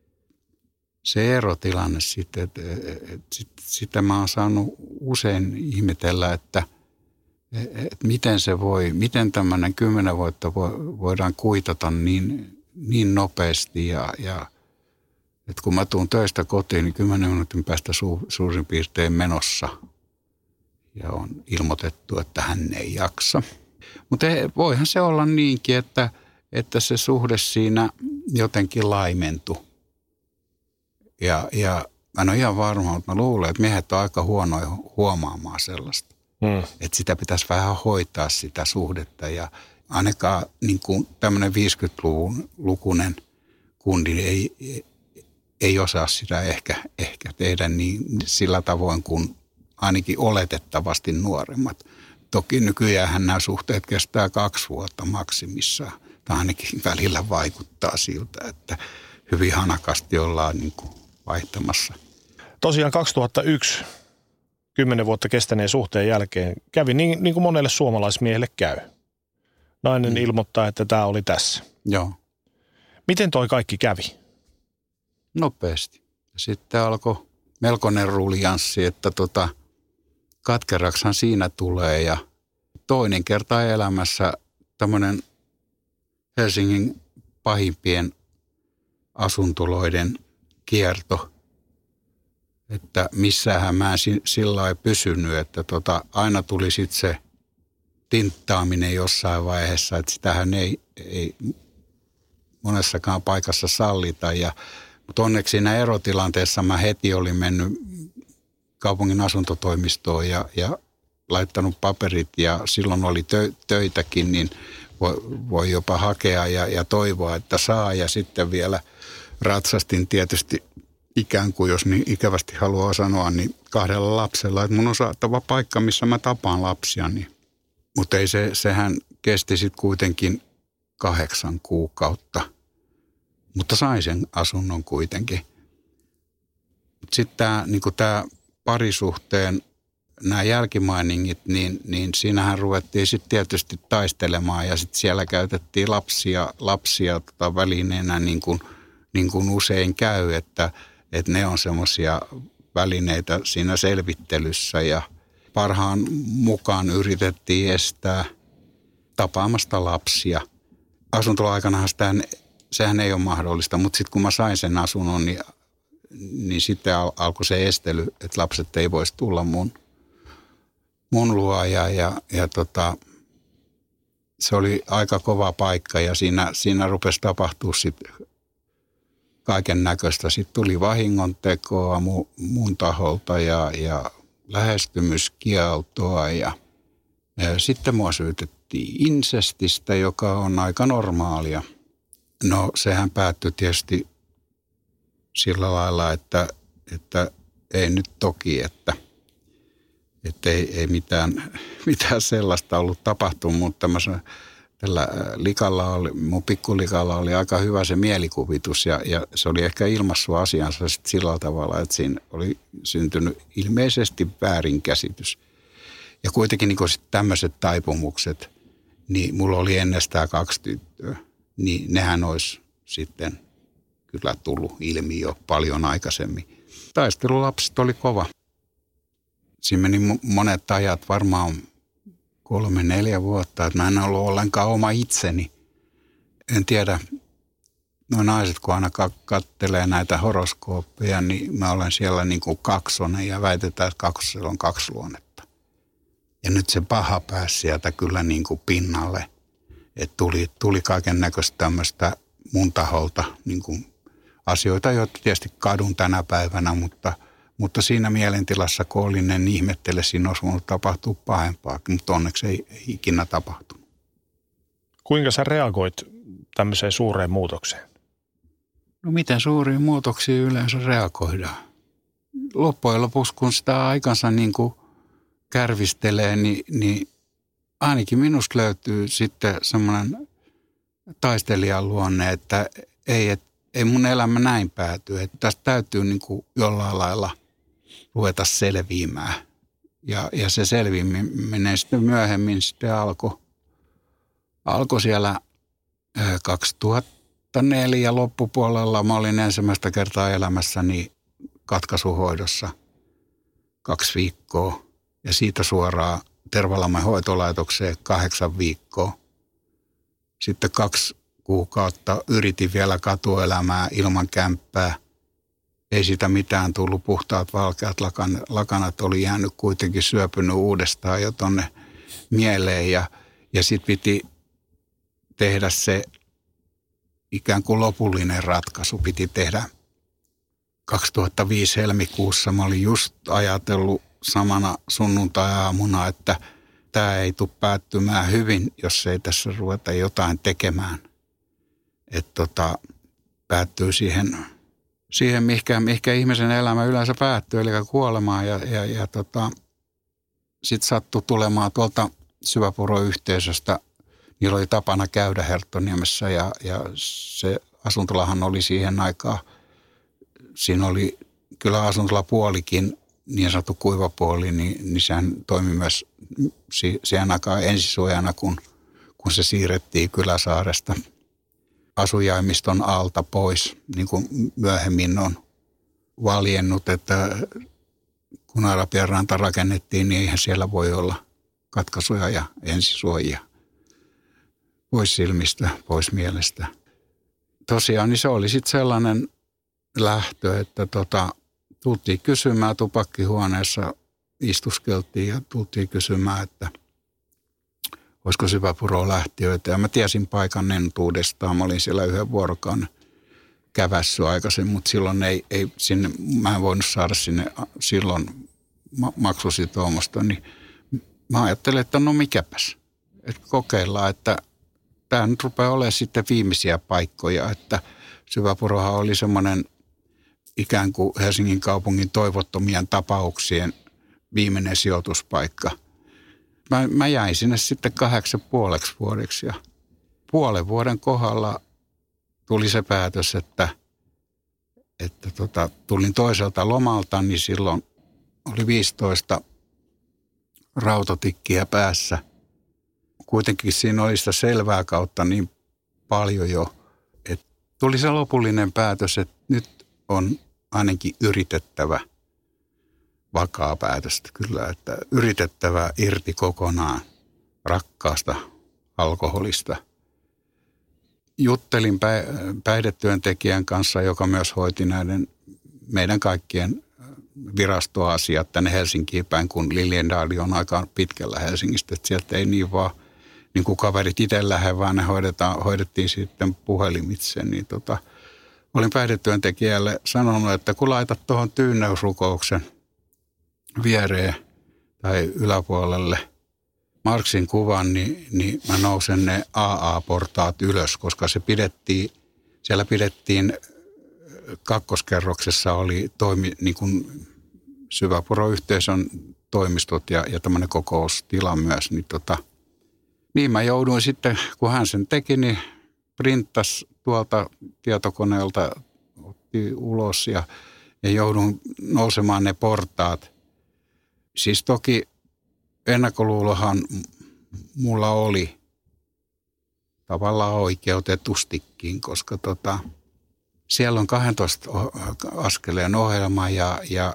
se erotilanne sitten. Et, et, et, sit, sitä mä oon saanut usein ihmetellä, että et miten se voi, miten tämmöinen kymmenen vuotta voidaan kuitata niin, niin nopeasti ja, ja että kun mä tuun töistä kotiin, niin kymmenen minuutin päästä su, suurin piirtein menossa ja on ilmoitettu, että hän ei jaksa. Mutta voihan se olla niinkin, että, että se suhde siinä jotenkin laimentui. Ja, ja mä en ole ihan varma, mutta mä luulen, että miehet on aika huonoja huomaamaan sellaista. Mm. Että sitä pitäisi vähän hoitaa sitä suhdetta ja ainakaan niin kuin tämmöinen viisikymmentäluvun lukunen kundi ei, ei osaa sitä ehkä, ehkä tehdä niin sillä tavoin kuin ainakin oletettavasti nuoremmat. Toki nykyäänhän nämä suhteet kestää kaksi vuotta maksimissaan. Tai ainakin välillä vaikuttaa siltä, että hyvin hanakasti ollaan niin kuin vaihtamassa. Tosiaan kaksituhattayksi, kymmenen vuotta kestäneen suhteen jälkeen, kävi niin, niin kuin monelle suomalaismiehelle käy. Nainen mm. ilmoittaa, että tämä oli tässä. Joo. Miten toi kaikki kävi? Nopeasti. Sitten alkoi melkoinen ruljanssi, että tota, katkeraksihan siinä tulee ja toinen kerta elämässä tämmöinen Helsingin pahimpien asuntoloiden kierto, että missähän mä en sillä lailla pysynyt, että tota, aina tuli sitten se tinttaaminen jossain vaiheessa, että sitähän ei, ei monessakaan paikassa sallita. Ja, mutta onneksi siinä erotilanteessa mä heti olin mennyt kaupungin asuntotoimistoon ja, ja laittanut paperit ja silloin oli tö, töitäkin, niin voi, voi jopa hakea ja, ja toivoa, että saa. Ja sitten vielä ratsastin tietysti ikään kuin, jos niin ikävästi haluaa sanoa, niin kahdella lapsella, että mun on saatava paikka, missä mä tapaan lapsia. Niin. Mutta ei se, sehän kesti sitten kuitenkin kahdeksan kuukautta, mutta sain sen asunnon kuitenkin. Sitten tämä niin parisuhteen, nämä jälkimainingit, niin, niin siinähän ruvettiin sitten tietysti taistelemaan ja sitten siellä käytettiin lapsia, lapsia tota välineenä niin kuin, niin kuin usein käy, että, että ne on semmoisia välineitä siinä selvittelyssä ja parhaan mukaan yritettiin estää tapaamasta lapsia. Asuntoloaikanahan sitä, sehän ei ole mahdollista, mutta sitten kun mä sain sen asunnon, niin, niin sitten al- alkoi se estely, että lapset ei voisi tulla mun, mun luo ja, ja, ja tota, se oli aika kova paikka ja siinä, siinä rupesi tapahtua sitten kaiken näköistä. Sitten tuli vahingontekoa mu, mun taholta ja, ja lähestymiskieltoa ja, ja sitten mua syytettiin insestistä, joka on aika normaalia. No sehän päättyi tietysti sillä lailla, että, että ei nyt toki, että, että ei, ei mitään, mitään sellaista ollut tapahtunut, mutta tämmöisen, tällä likalla oli, mun pikkulikalla oli aika hyvä se mielikuvitus ja, ja se oli ehkä ilmaissut asiansa sit sillä tavalla, että siinä oli syntynyt ilmeisesti väärinkäsitys. Ja kuitenkin niin sit tämmöiset taipumukset, niin mulla oli ennestään kaksi tyttöä, niin nehän olisi sitten kyllä tullut ilmi jo paljon aikaisemmin. Taistelulapset oli kova. Siinä meni monet ajat, varmaan kolme, neljä vuotta, että mä en ollut ollenkaan oma itseni. En tiedä, no naiset kun aina kattelee näitä horoskooppeja, niin mä olen siellä niin kuin kaksonen ja väitetään, että kaksosella on kaksi luonnetta. Ja nyt se paha pääsi sieltä kyllä niin kuin pinnalle, että tuli, tuli kaiken näköistä tämmöistä mun taholta niin kuin asioita, joita tietysti kadun tänä päivänä, mutta, mutta siinä mielentilassa, kun olin, en ihmettele, siinä olisi voinut tapahtua pahempaa, mutta onneksi ei, ei ikinä tapahtunut. Kuinka sä reagoit tämmöiseen suureen muutokseen? No miten suuriin muutoksiin yleensä reagoidaan? Loppujen lopuksi, kun sitä aikansa niin kuin kärvistelee, niin, niin ainakin minusta löytyy sitten semmoinen taistelijan luonne, että ei, et, ei mun elämä näin pääty. Että tästä täytyy niin kuin jollain lailla ruveta selviämään. Ja, ja se selviäminen sitten myöhemmin sitten alkoi alko siellä kaksituhattaneljä loppupuolella. Mä olin ensimmäistä kertaa elämässäni katkaisuhoidossa kaksi viikkoa ja siitä suoraan Tervalammen hoitolaitokseen kahdeksan viikkoa. Sitten kaksi kuukautta yritin vielä katuelämää ilman kämppää. Ei sitä mitään tullut, puhtaat valkeat lakanat oli jäänyt kuitenkin syöpynyt uudestaan jo tonne mieleen. Ja, ja sitten piti tehdä se ikään kuin lopullinen ratkaisu. Piti tehdä kaksituhattaviisi helmikuussa. Mä olin just ajatellut samana sunnuntai-aamuna, että tämä ei tule päättymään hyvin, jos ei tässä ruveta jotain tekemään. Että tota, päättyy siihen, siihen mihinkä, mihinkä ihmisen elämä yleensä päättyy, eli kuolemaan. Ja, ja, ja tota, sitten sattui tulemaan tuolta Syväpuro-yhteisöstä. Niillä oli tapana käydä Herttoniemessä ja, ja se asuntolahan oli siihen aikaan. Siinä oli kyllä asuntolapuolikin, niin sanottu kuivapuoli, niin, niin sehän toimi myös siihen aikaan ensisuojana, kun, kun se siirrettiin Kyläsaaresta asujaimiston alta pois, niin kuin myöhemmin on valjennut, että kun Arabian ranta rakennettiin, niin eihän siellä voi olla katkaisuja ja ensisuojia pois silmistä, pois mielestä. Tosiaan niin se oli sitten sellainen lähtö, että tota, tultiin kysymään tupakkihuoneessa, istuskeltiin ja tultiin kysymään, että olisiko Syväpuroon lähtiöitä. Ja mä tiesin paikan entuudestaan. Mä olin siellä yhden vuorokauden kävässyt aikaisemmin, mutta silloin ei, ei sinne, mä en voinut saada sinne silloin maksusitoumosta. Niin mä ajattelin, että no mikäpäs, että kokeillaan, että tämä nyt rupeaa olemaan sitten viimeisiä paikkoja, että Syväpurohan oli semmoinen ikään kuin Helsingin kaupungin toivottomien tapauksien viimeinen sijoituspaikka. Mä, mä jäin sinne sitten kahdeksan puoleksi vuodeksi ja puolen vuoden kohdalla tuli se päätös, että, että tota, tulin toiselta lomalta, niin silloin oli viisitoista rautatikkiä päässä. Kuitenkin siinä oli sitä selvää kautta niin paljon jo, että tuli se lopullinen päätös, että nyt on ainakin yritettävä vakaa päätöstä kyllä, että yritettävä irti kokonaan rakkaasta alkoholista. Juttelin päihdetyöntekijän kanssa, joka myös hoiti näiden meidän kaikkien virastoasiat tänne Helsinkiin päin, kun Liljendaali on aika pitkällä Helsingistä, että sieltä ei niin vaan niin kuin kaverit itse lähde, vaan ne hoidetaan, hoidettiin sitten puhelimitse, niin tota, olin päihdetyöntekijälle sanonut, että kun laitat tuohon tyynneysrukouksen viereen tai yläpuolelle Marksin kuvan, niin, niin mä nousen ne A A-portaat ylös, koska se pidettiin, siellä pidettiin kakkoskerroksessa oli toimi, niin kuin Syväpuro-yhteisön toimistot ja, ja tämmöinen kokoustila myös. Niin, tota, niin mä jouduin sitten, kun hän sen teki, niin printtasi tuolta tietokoneelta, otti ulos ja, ja joudun nousemaan ne portaat. Siis toki ennakkoluulohan mulla oli tavallaan oikeutetustikin, koska tota, siellä on kahdentoista askeleen ohjelma ja, ja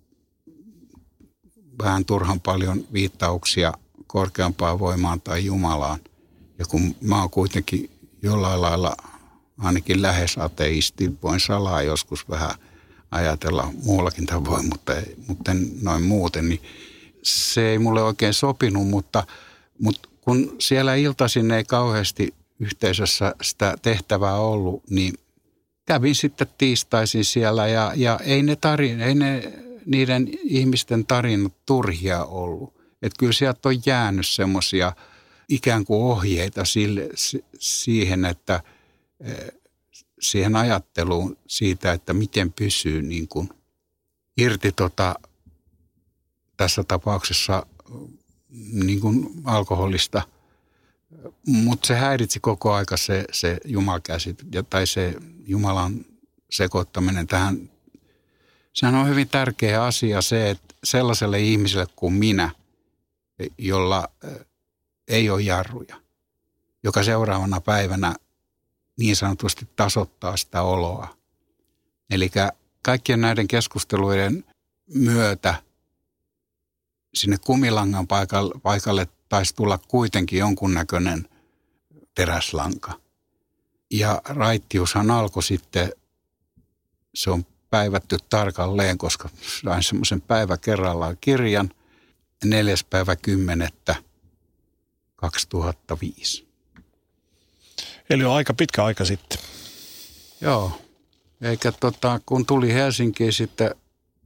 vähän turhan paljon viittauksia korkeampaan voimaan tai Jumalaan. Ja kun mä oon kuitenkin jollain lailla ainakin lähes ateisti, voin salaa joskus vähän ajatella muullakin tavoin, mutta, mutta noin muuten, niin se ei mulle oikein sopinut, mutta, mutta kun siellä iltaisin ei kauheasti yhteisössä sitä tehtävää ollut, niin kävin sitten tiistaisin siellä ja, ja ei, ne tarin, ei ne niiden ihmisten tarinat turhia ollut. Että kyllä sieltä on jäänyt semmoisia ikään kuin ohjeita sille, siihen, että siihen ajatteluun siitä, että miten pysyy niin kuin irti tota, tässä tapauksessa niin kuin alkoholista. Mutta se häiritsi koko aika se, se jumalkäsite tai se Jumalan sekoittaminen tähän. Sehän on hyvin tärkeä asia se, että sellaiselle ihmiselle kuin minä, jolla ei ole jarruja, joka seuraavana päivänä niin sanotusti tasoittaa sitä oloa. Eli kaikkien näiden keskusteluiden myötä sinne kumilangan paikalle, paikalle taisi tulla kuitenkin jonkunnäköinen teräslanka. Ja raittiushan alkoi sitten, se on päivätty tarkalleen, koska sain semmoisen päivä kerrallaan kirjan, neljäs päivä kymmenettä kaksituhattaviisi. Eli on aika pitkä aika sitten. Joo, eikä tota, kun tuli Helsinkiin sitten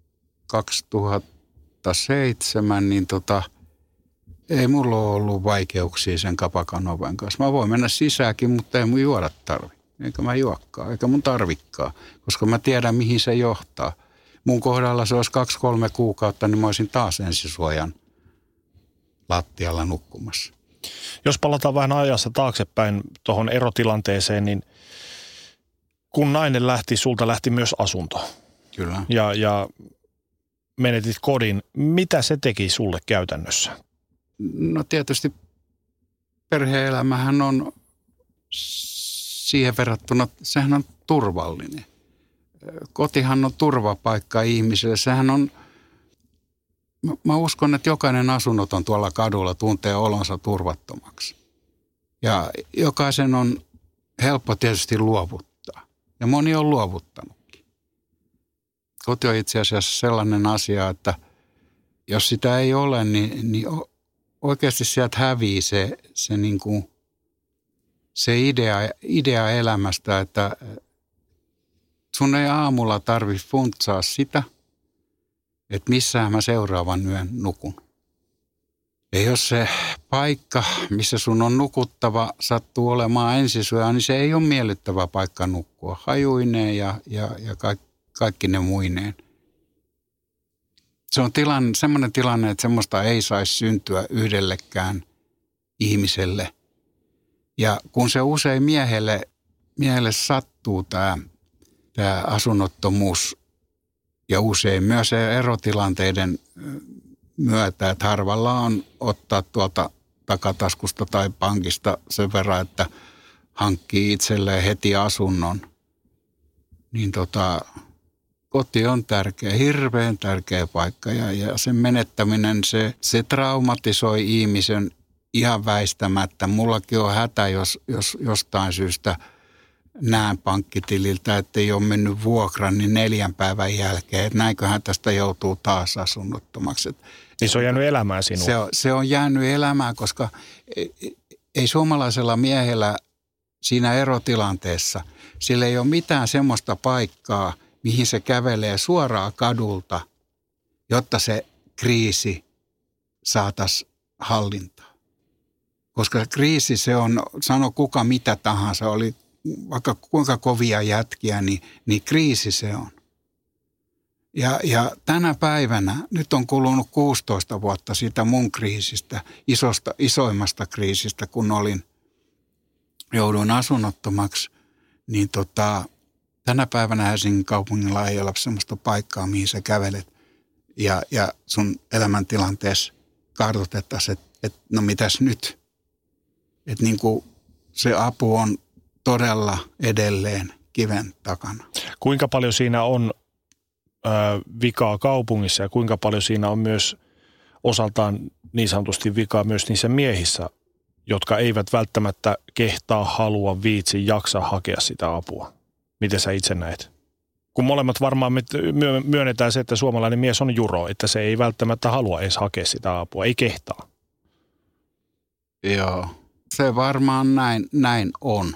kaksituhattaseitsemän, niin tota, ei mulla ole ollut vaikeuksia sen kapakan oven kanssa. Mä voin mennä sisäänkin, mutta ei mun juoda tarvi. Eikä mä juokkaan, eikä mun tarvikkaa, koska mä tiedän, mihin se johtaa. Mun kohdalla se olisi kaksi kolme kuukautta, niin mä olisin taas ensisuojan lattialla nukkumassa. Jos palataan vähän ajassa taaksepäin tuohon erotilanteeseen, niin kun nainen lähti, sulta lähti myös asunto. Kyllä. Ja, ja menetit kodin. Mitä se teki sulle käytännössä? No tietysti perhe-elämähän on siihen verrattuna, sehän on turvallinen. Kotihan on turvapaikka ihmiselle. Sehän on, mä uskon, että jokainen asunnoton tuolla kadulla tuntee olonsa turvattomaksi. Ja jokaisen on helppo tietysti luovuttaa. Ja moni on luovuttanutkin. Koti on itse asiassa sellainen asia, että jos sitä ei ole, niin, niin oikeasti sieltä hävii se, se, niin kuin, se idea, idea elämästä, että sun ei aamulla tarvitse funtsaa sitä, että missään mä seuraavan yön nukun. Ja jos se paikka, missä sun on nukuttava, sattuu olemaan ensisujaa, niin se ei ole miellyttävä paikka nukkua. Hajuineen ja, ja, ja kaikki, kaikki ne muineen. Se on tilanne, semmoinen tilanne, että semmoista ei saisi syntyä yhdellekään ihmiselle. Ja kun se usein miehelle, miehelle sattuu tämä, tämä asunnottomuus ja usein myös erotilanteiden myötä, että harvalla on ottaa tuolta takataskusta tai pankista sen verran, että hankkii itselleen heti asunnon, niin tota, koti on tärkeä, hirveän tärkeä paikka ja, ja sen menettäminen, se, se traumatisoi ihmisen ihan väistämättä. Mullakin on hätä, jos, jos jostain syystä näen pankkitililtä, että ei ole mennyt vuokran, niin neljän päivän jälkeen, että näinköhän tästä joutuu taas asunnottomaksi. Niin se on jäänyt elämään sinua. Se on, se on jäänyt elämään, koska ei, ei suomalaisella miehellä siinä erotilanteessa. Sillä ei ole mitään semmoista paikkaa, mihin se kävelee suoraan kadulta, jotta se kriisi saataisiin hallintaan. Koska kriisi se on, sano kuka mitä tahansa, oli vaikka kuinka kovia jätkiä, niin, niin kriisi se on. Ja, ja tänä päivänä, nyt on kulunut kuusitoista vuotta siitä mun kriisistä, isosta, isoimmasta kriisistä, kun olin, jouduin asunnottomaksi, niin tota, tänä päivänä Helsingin kaupungilla ei ole sellaista paikkaa, mihin sä kävelet ja, ja sun elämäntilanteessa kartoitettaisiin, että et, no mitäs nyt? Että niin kuin se apu on todella edelleen kiven takana. Kuinka paljon siinä on ö, vikaa kaupungissa ja kuinka paljon siinä on myös osaltaan niin sanotusti vikaa myös niissä miehissä, jotka eivät välttämättä kehtaa, halua, viitsi, jaksa hakea sitä apua? Miten sä itse näet? Kun molemmat varmaan myönnetään se, että suomalainen mies on juro, että se ei välttämättä halua edes hakea sitä apua, ei kehtaa. Joo, se varmaan näin, näin on.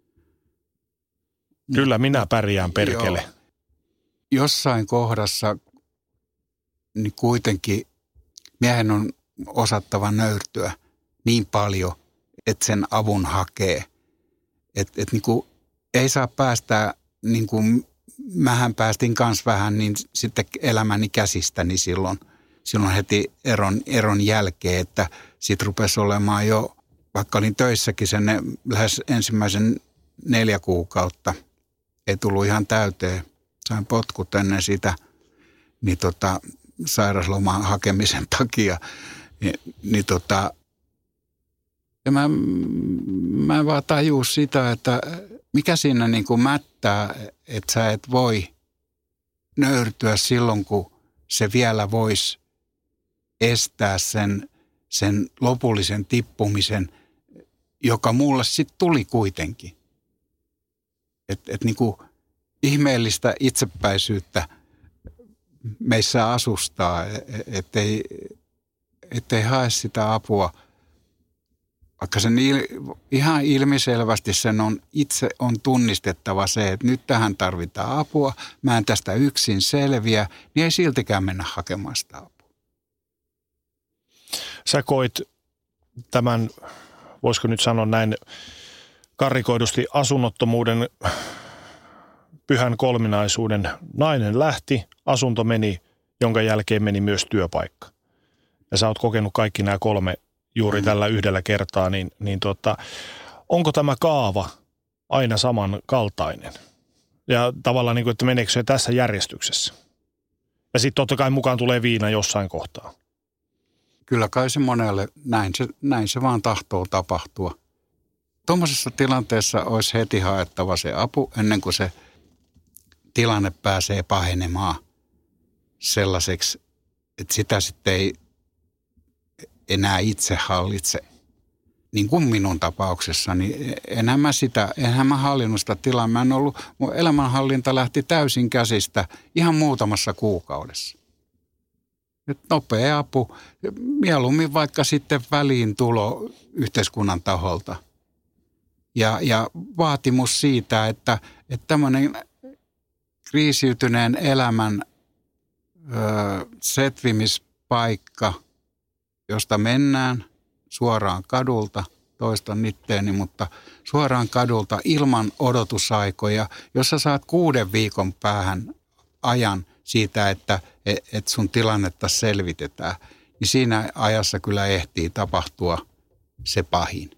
Kyllä minä pärjään perkele. Joo. Jossain kohdassa niin kuitenkin miehen on osattava nöyrtyä niin paljon, että sen avun hakee. Että et niin ei saa päästää, niin kuin mähän päästin kanssa vähän, niin sitten elämäni käsistäni silloin, silloin heti eron, eron jälkeen, että sitten rupesi olemaan jo, vaikka olin töissäkin sen lähes ensimmäisen neljä kuukautta, ei tullut ihan täyteen, sain potkut ennen sitä, niin tota, sairausloman hakemisen takia, niin, niin tota, ja mä, mä vaan tajuu sitä, että mikä siinä niin kuin mättää, että sä et voi nöyrtyä silloin, kun se vielä voisi estää sen, sen lopullisen tippumisen, joka mulle sitten tuli kuitenkin. Että et niin kuin ihmeellistä itsepäisyyttä meissä asustaa, ettei, ettei hae sitä apua. Vaikka sen il, ihan ilmiselvästi sen on itse on tunnistettava se, että nyt tähän tarvitaan apua, mä en tästä yksin selviä, niin ei siltikään mennä hakemaan sitä apua. Sä koit tämän, voisiko nyt sanoa näin karrikoidusti, asunnottomuuden pyhän kolminaisuuden. Nainen lähti, asunto meni, jonka jälkeen meni myös työpaikka. Ja sä oot kokenut kaikki nämä kolme juuri tällä yhdellä kertaa, niin, niin tota, onko tämä kaava aina samankaltainen? Ja tavallaan, niin kuin, että meneekö se tässä järjestyksessä? Ja sitten totta kai mukaan tulee viina jossain kohtaa. Kyllä kai se monelle, näin se, näin se vaan tahtoo tapahtua. Tuommoisessa tilanteessa olisi heti haettava se apu ennen kuin se tilanne pääsee pahenemaan sellaiseksi, että sitä sitten ei enää itse hallitse. Niin kuin minun tapauksessani, enhän mä sitä, enhän mä hallinnut sitä tilaa. Mä en ollut, mun elämänhallinta lähti täysin käsistä ihan muutamassa kuukaudessa. Et nopea apu, mieluummin vaikka sitten väliin tulo yhteiskunnan taholta. Ja, ja vaatimus siitä, että, että tämmöinen kriisiytyneen elämän ö, setvimispaikka, josta mennään suoraan kadulta, toistan itteeni, mutta suoraan kadulta ilman odotusaikoja, jossa saat kuuden viikon päähän ajan siitä, että et sun tilannetta selvitetään, niin siinä ajassa kyllä ehtii tapahtua se pahin.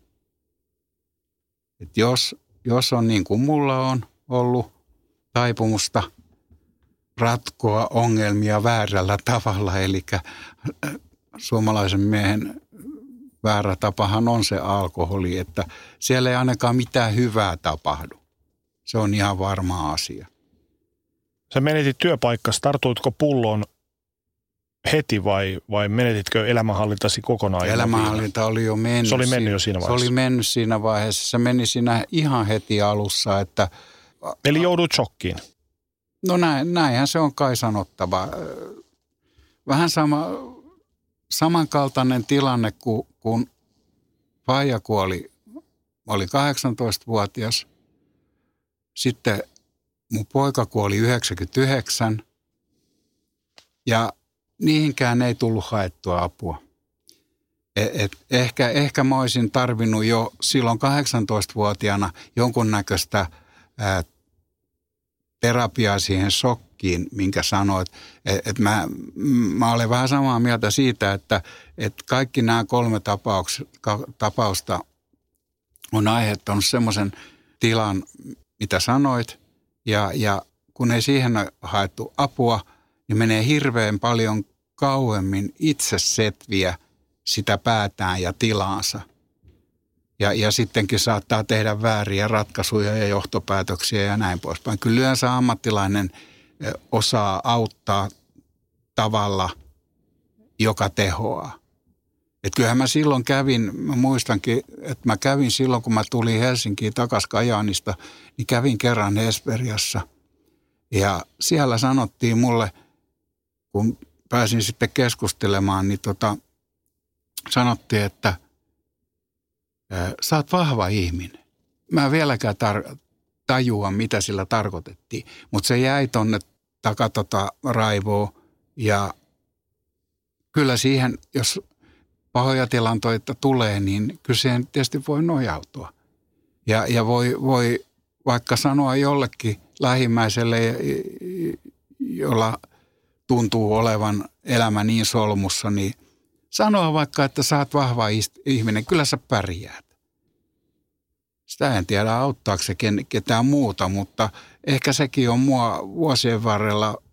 Et jos, jos on niin kuin mulla on ollut taipumusta ratkoa ongelmia väärällä tavalla, eli suomalaisen miehen väärä tapahan on se alkoholi, että siellä ei ainakaan mitään hyvää tapahdu. Se on ihan varma asia. Sä menetit työpaikkaa, tartuitko pulloon heti vai, vai menetitkö elämänhallintasi kokonaan? Elämänhallinta oli jo mennyt. Se oli mennyt jo siinä vaiheessa? Se oli mennyt siinä vaiheessa. Se meni siinä ihan heti alussa. Että, eli joudut shokkiin? No näin, näinhän se on kai sanottava. Vähän sama, samankaltainen tilanne, kun, kun faija kuoli mä olin kahdeksantoistavuotias. Sitten mun poika kuoli yhdeksänkymmentäyhdeksän ja niihinkään ei tullut haettua apua. Et, et ehkä, ehkä mä olisin tarvinnut jo silloin kahdeksantoistavuotiaana jonkunnäköistä ää, terapiaa siihen shokkiin, minkä sanoit. Et, et mä, mä olen vähän samaa mieltä siitä, että et kaikki nämä kolme tapauks, tapausta on aiheuttanut semmoisen tilan, mitä sanoit. Ja, ja kun ei siihen ole haettu apua, niin menee hirveän paljon kauemmin itse setviä sitä päätään ja tilaansa. Ja, ja sittenkin saattaa tehdä vääriä ratkaisuja ja johtopäätöksiä ja näin poispäin. Kyllä yleensä ammattilainen osaa auttaa tavalla, joka tehoaa. Että kyllähän mä silloin kävin, mä muistankin, että mä kävin silloin, kun mä tulin Helsinkiin takaisin Kajaanista, niin kävin kerran Esperiassa. Ja siellä sanottiin mulle, kun pääsin sitten keskustelemaan, niin tota, sanottiin, että ää, sä oot vahva ihminen. Mä en vieläkään tar- tajua, mitä sillä tarkoitettiin, mutta se jäi tonne takatota raivoon ja kyllä siihen, jos pahoja tilanteita tulee, niin kyllä siihen tietysti voi nojautua. Ja, ja voi, voi vaikka sanoa jollekin lähimmäiselle, jolla tuntuu olevan elämä niin solmussa, niin sanoa vaikka, että sä oot vahva ihminen, kyllä sä pärjäät. Sitä en tiedä, auttaako se ketään muuta, mutta ehkä sekin on mua vuosien varrella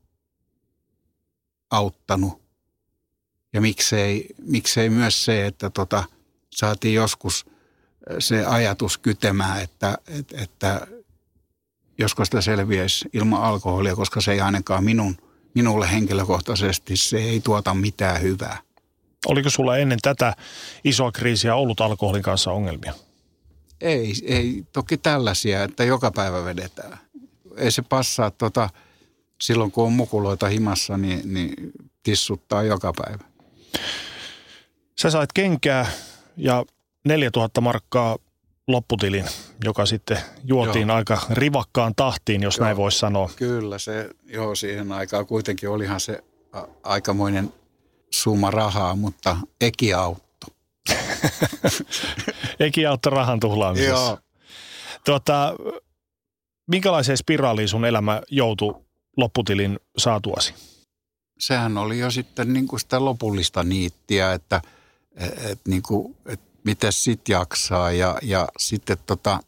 auttanut. Ja miksei, miksei myös se, että tota, saatiin joskus se ajatus kytemään, että, että, että josko sitä selviäisi ilman alkoholia, koska se ei ainakaan minun, minulle henkilökohtaisesti, se ei tuota mitään hyvää. Oliko sulla ennen tätä isoa kriisiä ollut alkoholin kanssa ongelmia? Ei, ei toki tällaisia, että joka päivä vedetään. Ei se passaa, tota, silloin kun on mukuloita himassa, niin, niin tissuttaa joka päivä. Sä sait kenkää ja neljätuhatta markkaa lopputilin, joka sitten juotiin joo. aika rivakkaan tahtiin, jos joo. näin voisi sanoa. Kyllä, se joo, siihen aikaan kuitenkin olihan se a- aikamoinen summa rahaa, mutta eki auttoi. Eki auttoi rahan tuhlaamisessa. Joo. Tuota, minkälaiseen spiraaliin sun elämä joutui lopputilin saatuasi? Sehän oli jo sitten niin kuin sitä lopullista niittiä, että et, niin kuin, et miten sit jaksaa. Ja, ja sitten tota,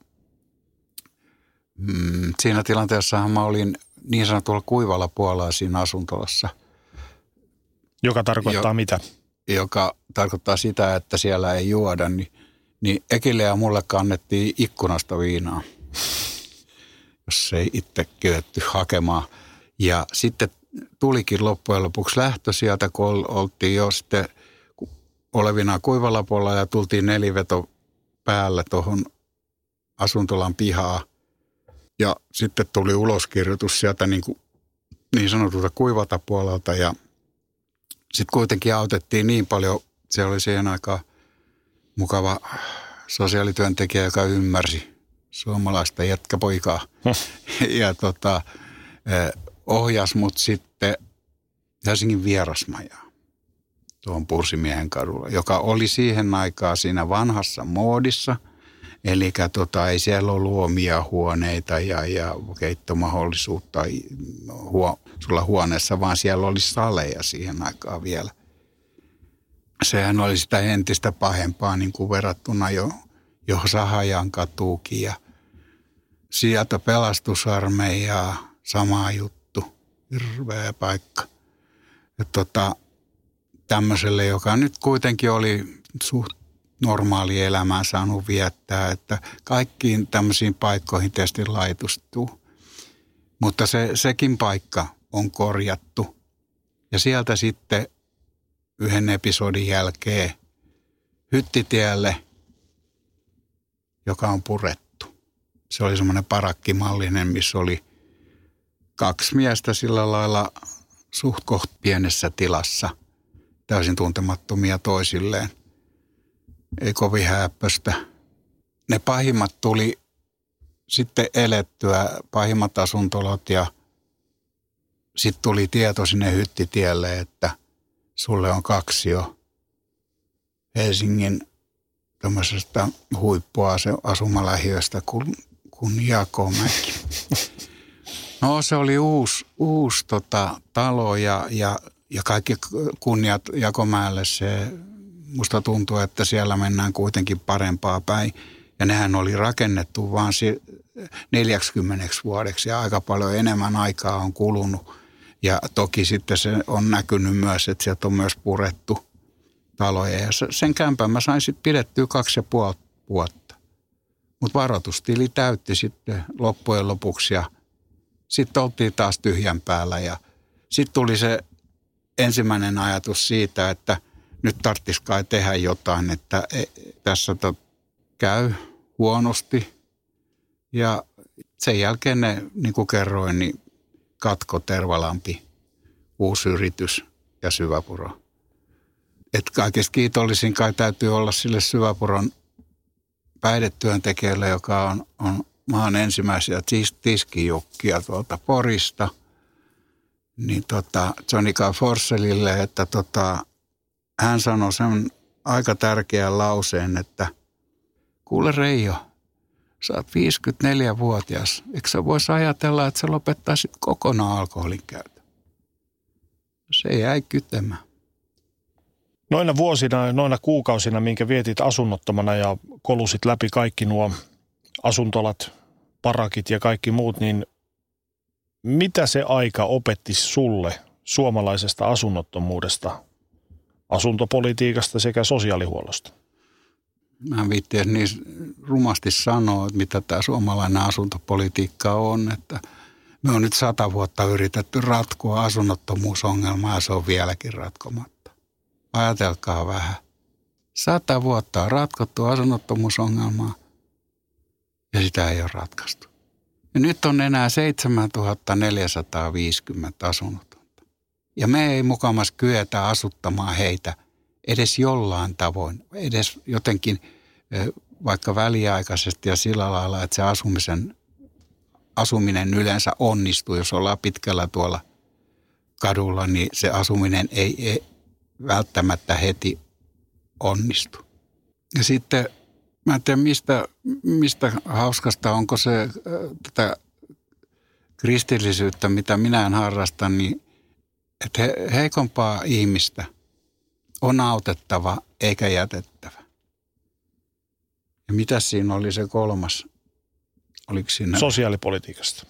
mm, siinä tilanteessahan mä olin niin sanotulla kuivalla puolella siinä asuntolassa. Joka tarkoittaa jo, mitä? Joka tarkoittaa sitä, että siellä ei juoda. Niin, niin Ekille ja mulle kannettiin ikkunasta viinaa, jos ei itse kyetty hakemaan. Ja sitten tulikin loppujen lopuksi lähtö sieltä, kun oltiin jo sitten olevina kuivalla puolella ja tultiin neliveto päällä tuohon asuntolan pihaa. Ja sitten tuli uloskirjoitus sieltä niin, kuin, niin sanotulta kuivalta puolelta ja sitten kuitenkin autettiin niin paljon, se oli siihen aikaan mukava sosiaalityöntekijä, joka ymmärsi suomalaista jätkäpoikaa. ja tota, ohjasi mut sitten Helsingin Vierasmajaan tuohon Pursimiehen kadulla, joka oli siihen aikaan siinä vanhassa moodissa. Eli tota, ei siellä ole luomia huoneita ja, ja keittomahdollisuutta huo, sulla huoneessa, vaan siellä oli saleja siihen aikaan vielä. Sehän oli sitä entistä pahempaa niin kuin verrattuna jo, jo Sahajan katuukin ja sieltä pelastusarmeijaa, sama juttu. Hirveä paikka. Ja tota, tämmöiselle, joka nyt kuitenkin oli suht normaali elämää saanut viettää, että kaikkiin tämmöisiin paikkoihin tietysti laitustuu. Mutta se, sekin paikka on korjattu. Ja sieltä sitten yhden episodin jälkeen Hyttitielle, joka on purettu. Se oli semmoinen parakkimallinen, missä oli kaksi miestä sillä lailla suht koht pienessä tilassa, täysin tuntemattomia toisilleen. Ei kovin hääppöstä. ne pahimmat tuli sitten elettyä, pahimmat asuntolot ja sitten tuli tieto sinne Hyttitielle, että sulle on kaksi jo Helsingin tämmöisestä huippuasumalähiöstä kuin, kuin Jakomäki. No se oli uusi, uusi tota, talo ja, ja, ja kaikki kunniat Jakomäelle. Se, musta tuntuu, että siellä mennään kuitenkin parempaa päin. Ja nehän oli rakennettu vaan neljäkymmentä vuodeksi ja aika paljon enemmän aikaa on kulunut. Ja toki sitten se on näkynyt myös, että sieltä on myös purettu taloja. Ja sen kämpän mä sain sitten pidettyä kaksi ja puoli vuotta. Mutta varoitustili täytti sitten loppujen lopuksi ja sitten oltiin taas tyhjän päällä. Ja sitten tuli se ensimmäinen ajatus siitä, että nyt tarvitsisi kai tehdä jotain, että tässä to, käy huonosti. Ja sen jälkeen ne, niin kuin kerroin, niin Katko, Tervalampi, uusi yritys ja Syväpuro. Että kaikista kiitollisin kai täytyy olla sille Syväpuron päihdetyöntekijälle, joka on, on maan ensimmäisiä tiskijukkia tuolta Porista. Niin tota, Johnny K. Forsellille, että tota, hän sanoi sen aika tärkeän lauseen, että kuule Reijo, sä oot viisikymmentäneljävuotias. Eikö sä voisi ajatella, että sä lopettaisit kokonaan alkoholin käytön? Se jäi kytemään. Noina vuosina, noina kuukausina, minkä vietit asunnottomana ja kolusit läpi kaikki nuo asuntolat, parakit ja kaikki muut, niin mitä se aika opetti sulle suomalaisesta asunnottomuudesta, asuntopolitiikasta sekä sosiaalihuollosta? Mä en viitti niin rumasti sanoa, että mitä tämä suomalainen asuntopolitiikka on, että me on nyt sata vuotta yritetty ratkoa asunnottomuusongelmaa ja se on vieläkin ratkomatta. Ajatelkaa vähän. Sata vuotta on ratkottu asunnottomuusongelmaa ja sitä ei ole ratkaistu. Ja nyt on enää seitsemäntuhatta neljäsataaviisikymmentä asunnotonta. Ja me ei mukamas kyetä asuttamaan heitä edes jollain tavoin, edes jotenkin vaikka väliaikaisesti ja sillä lailla, että se asumisen, asuminen yleensä onnistuu. Jos ollaan pitkällä tuolla kadulla, niin se asuminen ei, ei välttämättä heti onnistu. Ja sitten mä en tiedä, mistä, mistä hauskasta, onko se tätä kristillisyyttä, mitä minä en harrasta, niin että he, heikompaa ihmistä on autettava eikä jätettävä. Ja mitä siinä oli se kolmas? Oliko siinä? Sosiaalipolitiikasta.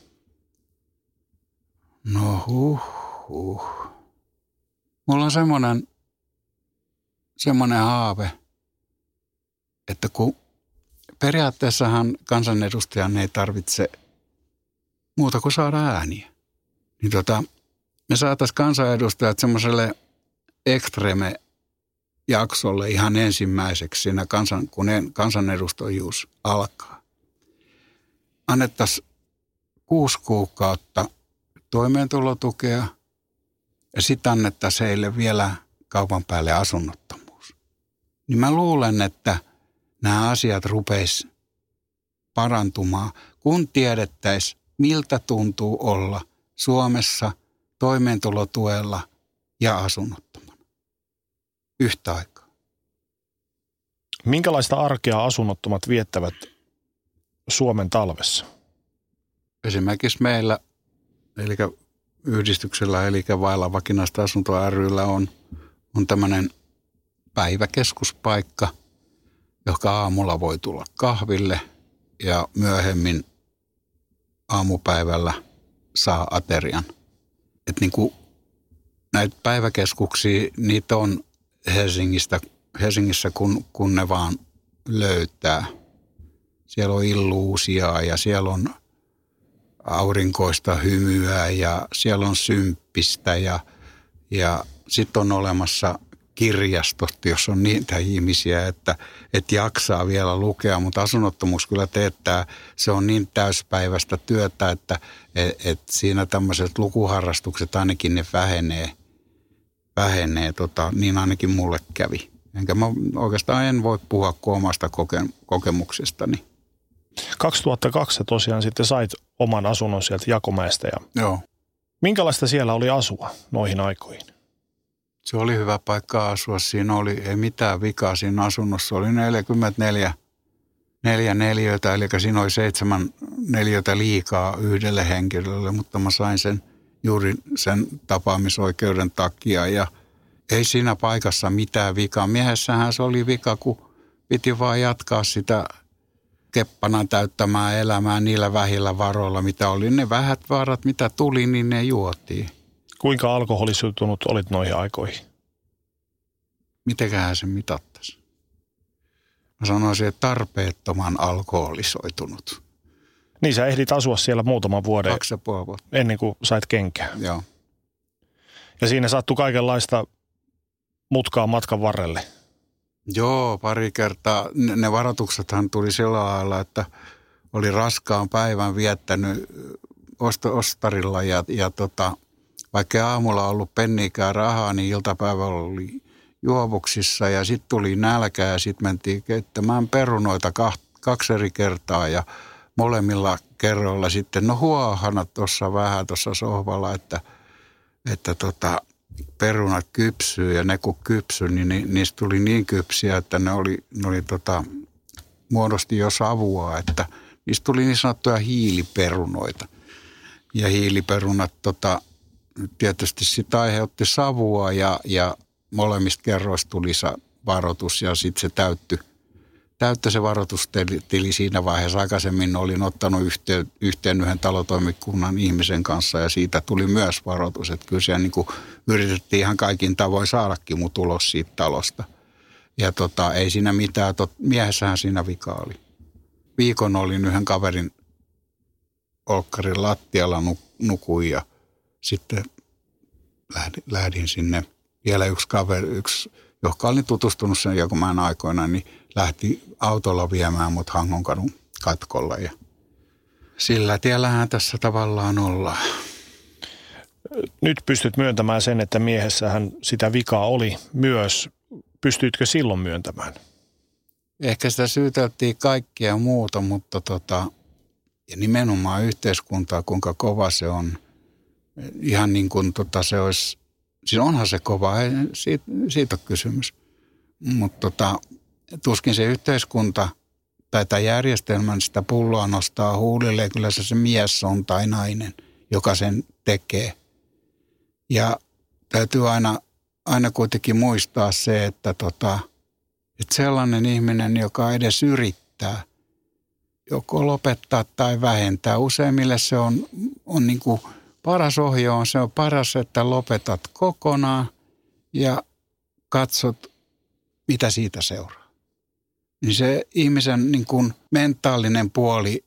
No huh, huh. Mulla on semmoinen, semmoinen haave, että kun periaatteessahan kansanedustajan ei tarvitse muuta kuin saada ääniä. Niin tota, me saataisiin kansanedustajat semmoiselle ekstreme jaksolle ihan ensimmäiseksi siinä kansan, kun kansanedustajuus alkaa. Annettaisiin kuusi kuukautta toimeentulotukea ja sitten annettaisiin heille vielä kaupan päälle asunnottomuus. Niin mä luulen, että nämä asiat rupeisi parantumaan, kun tiedettäisiin, miltä tuntuu olla Suomessa toimeentulotuella ja asunnottomana yhtä aikaa. Minkälaista arkea asunnottomat viettävät Suomen talvessa? Esimerkiksi meillä, eli yhdistyksellä, eli vailla vakinaista asuntoa ry:llä on, on tämmöinen päiväkeskuspaikka, joka aamulla voi tulla kahville ja myöhemmin aamupäivällä saa aterian. Että niin kuin näitä päiväkeskuksia, niitä on Helsingistä, Helsingissä, kun, kun ne vaan löytää. Siellä on illuusiaa ja siellä on aurinkoista hymyä ja siellä on symppistä ja, ja sitten on olemassa kirjastot, jos on niitä ihmisiä, että, että jaksaa vielä lukea, mutta asunnottomuus kyllä teettää, se on niin täyspäiväistä työtä, että et, et siinä tämmöiset lukuharrastukset ainakin ne vähenee, vähenee tota, niin ainakin mulle kävi. Enkä mä oikeastaan en voi puhua omasta koke, kokemuksestani. kaksituhattakaksi tosiaan sitten sait oman asunnon sieltä Jakomäestä. Ja Joo. minkälaista siellä oli asua noihin aikoihin? Se oli hyvä paikka asua. Siinä oli ei mitään vikaa siinä asunnossa. Oli neljäkymmentäneljä neljä neliötä, eli siinä oli seitsemän neliötä liikaa yhdelle henkilölle, mutta mä sain sen juuri sen tapaamisoikeuden takia ja ei siinä paikassa mitään vikaa. Miehessähän se oli vika, kun piti vaan jatkaa sitä keppana täyttämään elämää niillä vähillä varoilla, mitä oli. Ne vähät varat, mitä tuli, niin ne juotiin. Kuinka alkoholisuutunut olit noihin aikoihin? Mitenköhän se mitattaisi? Mä sanoisin, että tarpeettoman alkoholisoitunut. Niin sä ehdit asua siellä muutaman vuoden. Kaksi ja puoli vuotta. Ennen kuin sait kenkää. Joo. Ja siinä sattui kaikenlaista mutkaa matkan varrelle. Joo, pari kertaa. Ne varoituksethan tuli sillä lailla, että oli raskaan päivän viettänyt ostarilla ja, ja tota, vaikka aamulla ollut penniikään rahaa, niin iltapäivällä oli juovuksissa ja sitten tuli nälkä ja sitten mentiin keittämään perunoita kaksi eri kertaa ja molemmilla kerroilla sitten, no huohana tuossa vähän tuossa sohvalla, että, että tota, perunat kypsyy ja ne kun kypsy, niin ni, niistä tuli niin kypsiä, että ne oli, ne oli tota, muodosti jo savua, että niistä tuli niin sanottuja hiiliperunoita. Ja hiiliperunat tota, tietysti sitä aiheutti savua ja, ja molemmista kerroista tuli varoitus ja sitten se täyttyi. Täyttä se varoitustili siinä vaiheessa. Aikaisemmin olin ottanut yhteen, yhteen yhden talotoimikunnan ihmisen kanssa ja siitä tuli myös varoitus. Että kyllä siellä niin kuin yritettiin ihan kaikin tavoin saadakin mun tulos siitä talosta. Ja tota, ei siinä mitään, tot, miehessähän siinä vika oli. Viikon olin yhden kaverin olkkarin lattialla nukuin ja sitten lähdin, lähdin sinne. Vielä yksi kaveri, yksi, joka oli tutustunut sen Jakomäen aikoina, niin lähti autolla viemään mut Hangonkadun katkolla ja sillä tiellähän tässä tavallaan ollaan. Nyt pystyt myöntämään sen, että miehessähän sitä vikaa oli myös. Pystyitkö silloin myöntämään? Ehkä sitä syyteltiin kaikkea muuta, mutta tota, ja nimenomaan yhteiskuntaa, kuinka kova se on. Ihan niin kuin tota se olisi, siis onhan se kova, ei siitä, siitä ole kysymys. Mutta tota, tuskin se yhteiskunta tai tämä järjestelmän sitä pulloa nostaa huulille, kyllä se se mies on tai nainen, joka sen tekee. Ja täytyy aina, aina kuitenkin muistaa se, että, tota, että sellainen ihminen, joka edes yrittää joko lopettaa tai vähentää, useimmille se on, on niin kuin paras ohje on, se on paras, että lopetat kokonaan ja katsot, mitä siitä seuraa. Niin se ihmisen niin kuin mentaalinen puoli,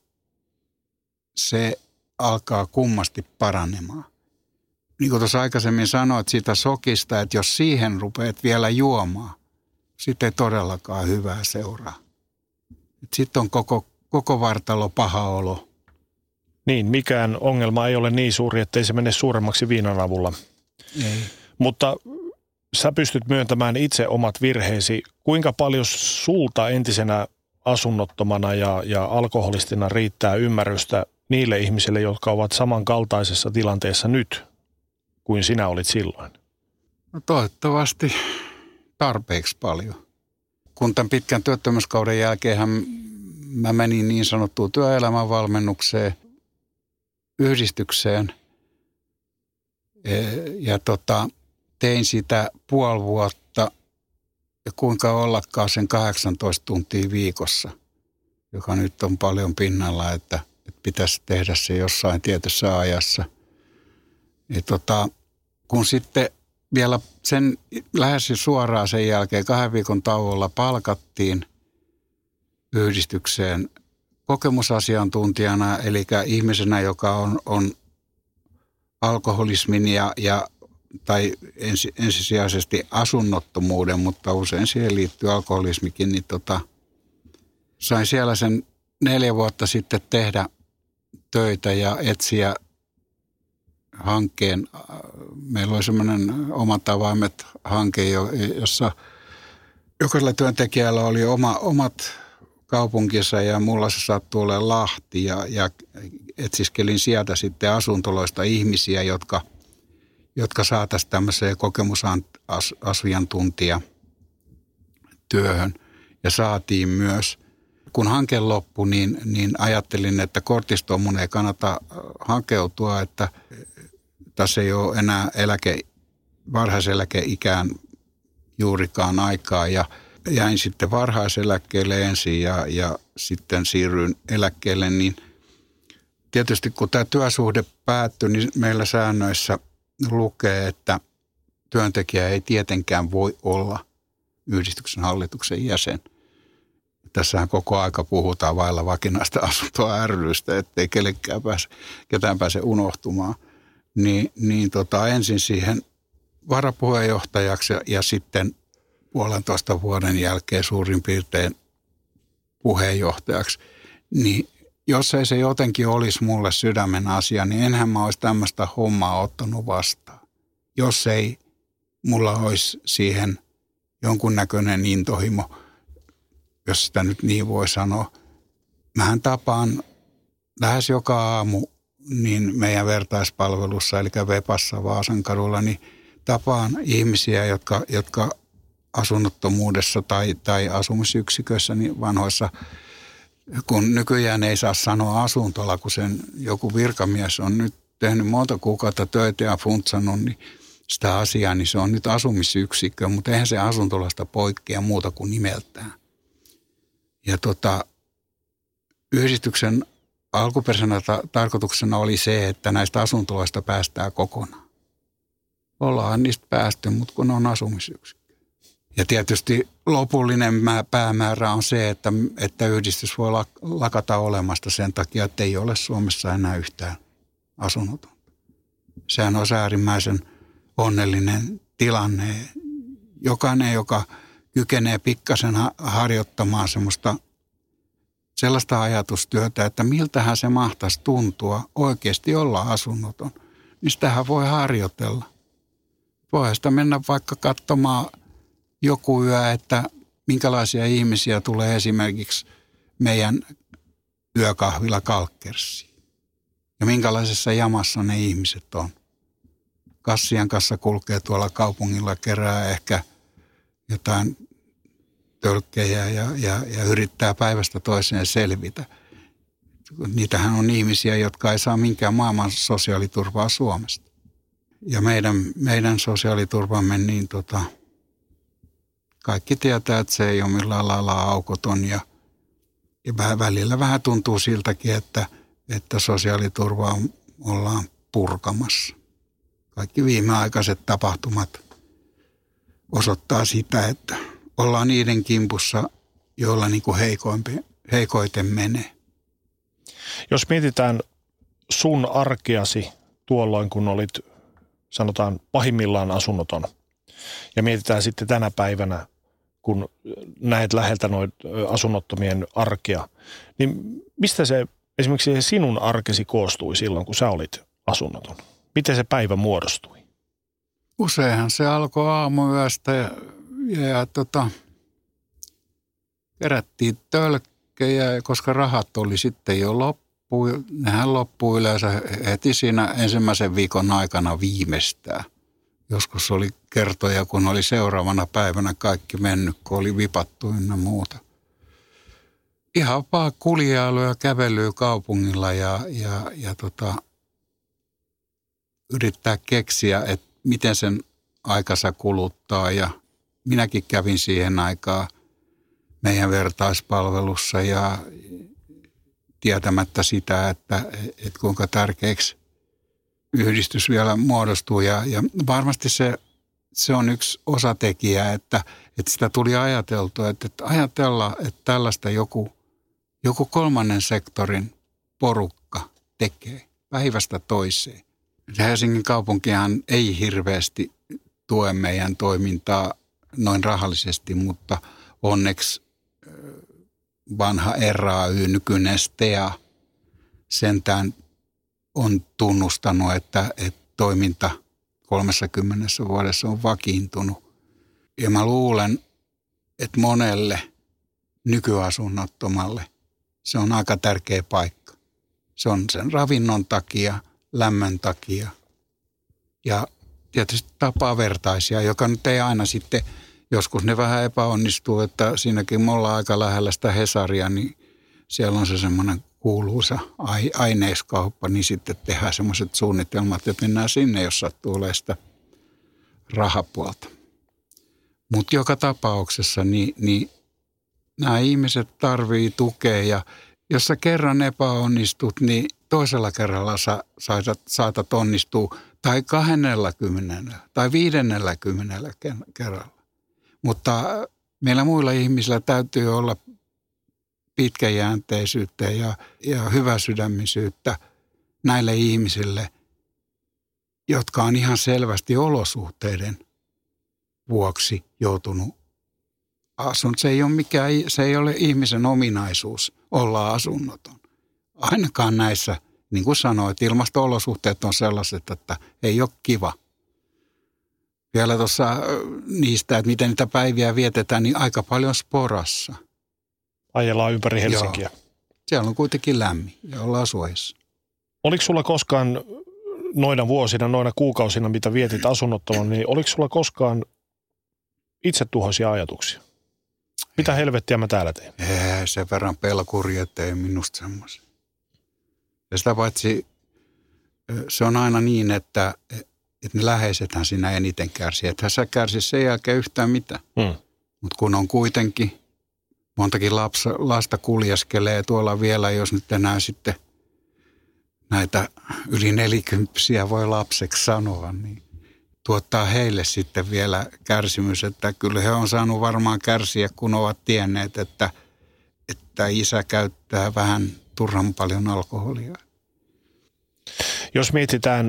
se alkaa kummasti paranemaan. Niin kuin tuossa aikaisemmin sanoit siitä sokista, että jos siihen rupeat vielä juomaan, sitten ei todellakaan hyvää seuraa. Sitten on koko, koko vartalo paha olo. Niin, mikään ongelma ei ole niin suuri, ettei se mene suuremmaksi viinan avulla. Ei. Mutta sä pystyt myöntämään itse omat virheesi. Kuinka paljon sulta entisenä asunnottomana ja, ja alkoholistina riittää ymmärrystä niille ihmisille, jotka ovat samankaltaisessa tilanteessa nyt kuin sinä olit silloin? No toivottavasti tarpeeksi paljon. Kun tämän pitkän työttömyyskauden jälkeenhän mä menin niin sanottuun työelämän valmennukseen, yhdistykseen ja tota, tein sitä puoli vuotta ja kuinka ollakaan sen kahdeksantoista tuntia viikossa, joka nyt on paljon pinnalla, että, että pitäisi tehdä se jossain tietyssä ajassa. Ja tota, kun sitten vielä sen lähes suoraan sen jälkeen kahden viikon tauolla palkattiin yhdistykseen kokemusasiantuntijana, eli ihmisenä, joka on, on alkoholismin ja, ja tai ensi, ensisijaisesti asunnottomuuden, mutta usein siihen liittyy alkoholismikin, niin tota, sain siellä sen neljä vuotta sitten tehdä töitä ja etsiä hankkeen. Meillä oli semmoinen Omat avaimet-hanke, jossa jokaisella työntekijällä oli oma, omat kaupungissa ja mulla se sattui olemaan Lahti ja, ja etsiskelin sieltä sitten asuntoloista ihmisiä, jotka, jotka saataisiin tämmöiseen kokemusasiantuntijatyöhön ja saatiin myös. Kun hanke loppui, niin, niin ajattelin, että kortistoon mun ei kannata hakeutua, että tässä ei ole enää eläke, varhaiseläkeikään juurikaan aikaa ja jäin sitten varhaiseläkkeelle ensin ja, ja sitten siirryin eläkkeelle, niin tietysti kun tämä työsuhde päättyi, niin meillä säännöissä lukee, että työntekijä ei tietenkään voi olla yhdistyksen hallituksen jäsen. Tässähän koko aika puhutaan vailla vakinaista asuntoa ry:stä, ettei kellekään pääse, ketään pääse unohtumaan. Niin, niin tota, ensin siihen varapuheenjohtajaksi ja, ja sitten puolentoista vuoden jälkeen suurin piirtein puheenjohtajaksi. Niin jos ei se jotenkin olisi mulle sydämen asia, niin enhän mä olisi tämmöistä hommaa ottanut vastaan. Jos ei mulla olisi siihen jonkunnäköinen intohimo, jos sitä nyt niin voi sanoa. Mähän tapaan lähes joka aamu niin meidän vertaispalvelussa, eli Vepassa Vaasankadulla, niin tapaan ihmisiä, jotka, jotka asunnottomuudessa tai, tai asumisyksiköissä niin vanhoissa, kun nykyään ei saa sanoa asuntola, kun sen joku virkamies on nyt tehnyt monta kuukautta töitä ja funtsannut niin sitä asiaa, niin se on nyt asumisyksikkö, mutta eihän se asuntolasta poikkea muuta kuin nimeltään. Ja tota, yhdistyksen alkuperäisenä ta- tarkoituksena oli se, että näistä asuntoloista päästään kokonaan. Ollaan niistä päästy, mutta kun on asumisyksikkö. Ja tietysti lopullinen päämäärä on se, että, että yhdistys voi lakata olemasta sen takia, että ei ole Suomessa enää yhtään asunnotonta. Sehän on äärimmäisen onnellinen tilanne. Jokainen, joka kykenee pikkasen harjoittamaan semmoista, sellaista ajatustyötä, että miltähän se mahtaisi tuntua oikeasti olla asunnoton, niin sitähän voi harjoitella. Voi sitä mennä vaikka katsomaan joku yö, että minkälaisia ihmisiä tulee esimerkiksi meidän yökahvilla Kalkkersiin. Ja minkälaisessa jamassa ne ihmiset on. Kassian kanssa kulkee tuolla kaupungilla, kerää ehkä jotain tölkkejä ja, ja, ja yrittää päivästä toiseen selvitä. Niitähän on ihmisiä, jotka ei saa minkään maailman sosiaaliturvaa Suomesta. Ja meidän, meidän sosiaaliturvamme, niin tota, kaikki tietää, että se ei ole millään lailla aukoton. Ja, ja välillä vähän tuntuu siltäkin, että, että sosiaaliturvaa ollaan purkamassa. Kaikki viimeaikaiset tapahtumat osoittaa sitä, että ollaan niiden kimpussa, joilla niin kuin heikoiten menee. Jos mietitään sun arkeasi tuolloin, kun olit, sanotaan, pahimmillaan asunnoton, ja mietitään sitten tänä päivänä, kun näet läheltä noin asunnottomien arkea, niin mistä se esimerkiksi se sinun arkesi koostui silloin, kun sä olit asunnoton? Miten se päivä muodostui? Useinhan se alkoi aamuyöstä ja, ja, ja tota, kerättiin tölkkejä, koska rahat oli sitten jo loppu. Nehän loppui yleensä heti siinä ensimmäisen viikon aikana viimeistään. Joskus oli kertoja, kun oli seuraavana päivänä kaikki mennyt, kun oli vipattu ynnä muuta. Ihan vaan kuljailu ja kävelyä kaupungilla ja, ja, ja tota, yrittää keksiä, että miten sen aikansa kuluttaa. Ja minäkin kävin siihen aikaan meidän vertaispalvelussa ja tietämättä sitä, että, että kuinka tärkeäksi yhdistys vielä muodostuu. Ja, ja varmasti se, se on yksi osatekijä, että, että sitä tuli ajateltua, että, että ajatella, että tällaista joku, joku kolmannen sektorin porukka tekee päivästä toiseen. Helsingin kaupunkihan ei hirveästi tue meidän toimintaa noin rahallisesti, mutta onneksi vanha R A Y, nykyinen S T E A, sentään on tunnustanut, että, että toiminta kolmessakymmenessä vuodessa on vakiintunut. Ja mä luulen, että monelle nykyasunnottomalle. Se on aika tärkeä paikka. Se on sen ravinnon takia, lämmön takia ja tietysti tapavertaisia, joka nyt ei aina sitten, joskus ne vähän epäonnistuu, että siinäkin me ollaan aika lähellä sitä Hesaria, niin siellä on se semmoinen kuuluisa aineiskauppa, niin sitten tehdään semmoiset suunnitelmat, että mennään sinne, jos sattuu olemaan sitä rahapuolta. Mutta joka tapauksessa niin, niin nämä ihmiset tarvii tukea ja jos sä kerran epäonnistut, niin toisella kerralla sä saatat, saatat onnistua tai kahdennellakymmenellä tai viidennelläkymmenellä kerralla. Mutta meillä muilla ihmisillä täytyy olla pitkäjänteisyyttä ja, ja hyväsydämisyyttä näille ihmisille, jotka on ihan selvästi olosuhteiden vuoksi joutunut asuntoon. Se ei ole mikään, se ei ole ihmisen ominaisuus olla asunnoton. Ainakaan näissä, niin kuin sanoit, ilmasto-olosuhteet on sellaiset, että ei ole kiva. Vielä tuossa niistä, että miten niitä päiviä vietetään, niin aika paljon sporassa. Ajellaan ympäri Helsinkiä. Joo. Siellä on kuitenkin lämmin ja ollaan suojassa. Oliko sulla koskaan noina vuosina, noina kuukausina, mitä vietit asunnottomana, niin oliko sulla koskaan itsetuhoisia ajatuksia? Mitä helvettiä mä täällä teen? Ei, sen verran pelkuri, ettei minusta semmoisia. Ja sitä paitsi se on aina niin, että, että ne läheisethän siinä eniten kärsii. Ethän sä kärsi sen jälkeen yhtään mitään. Hmm. Mutta kun on kuitenkin, montakin lapsa, lasta kuljeskelee tuolla vielä, jos nyt enää sitten näitä yli nelikymppisiä voi lapseksi sanoa, niin tuottaa heille sitten vielä kärsimys, että kyllä he on saanut varmaan kärsiä, kun ovat tienneet, että, että isä käyttää vähän turhan paljon alkoholia. Jos mietitään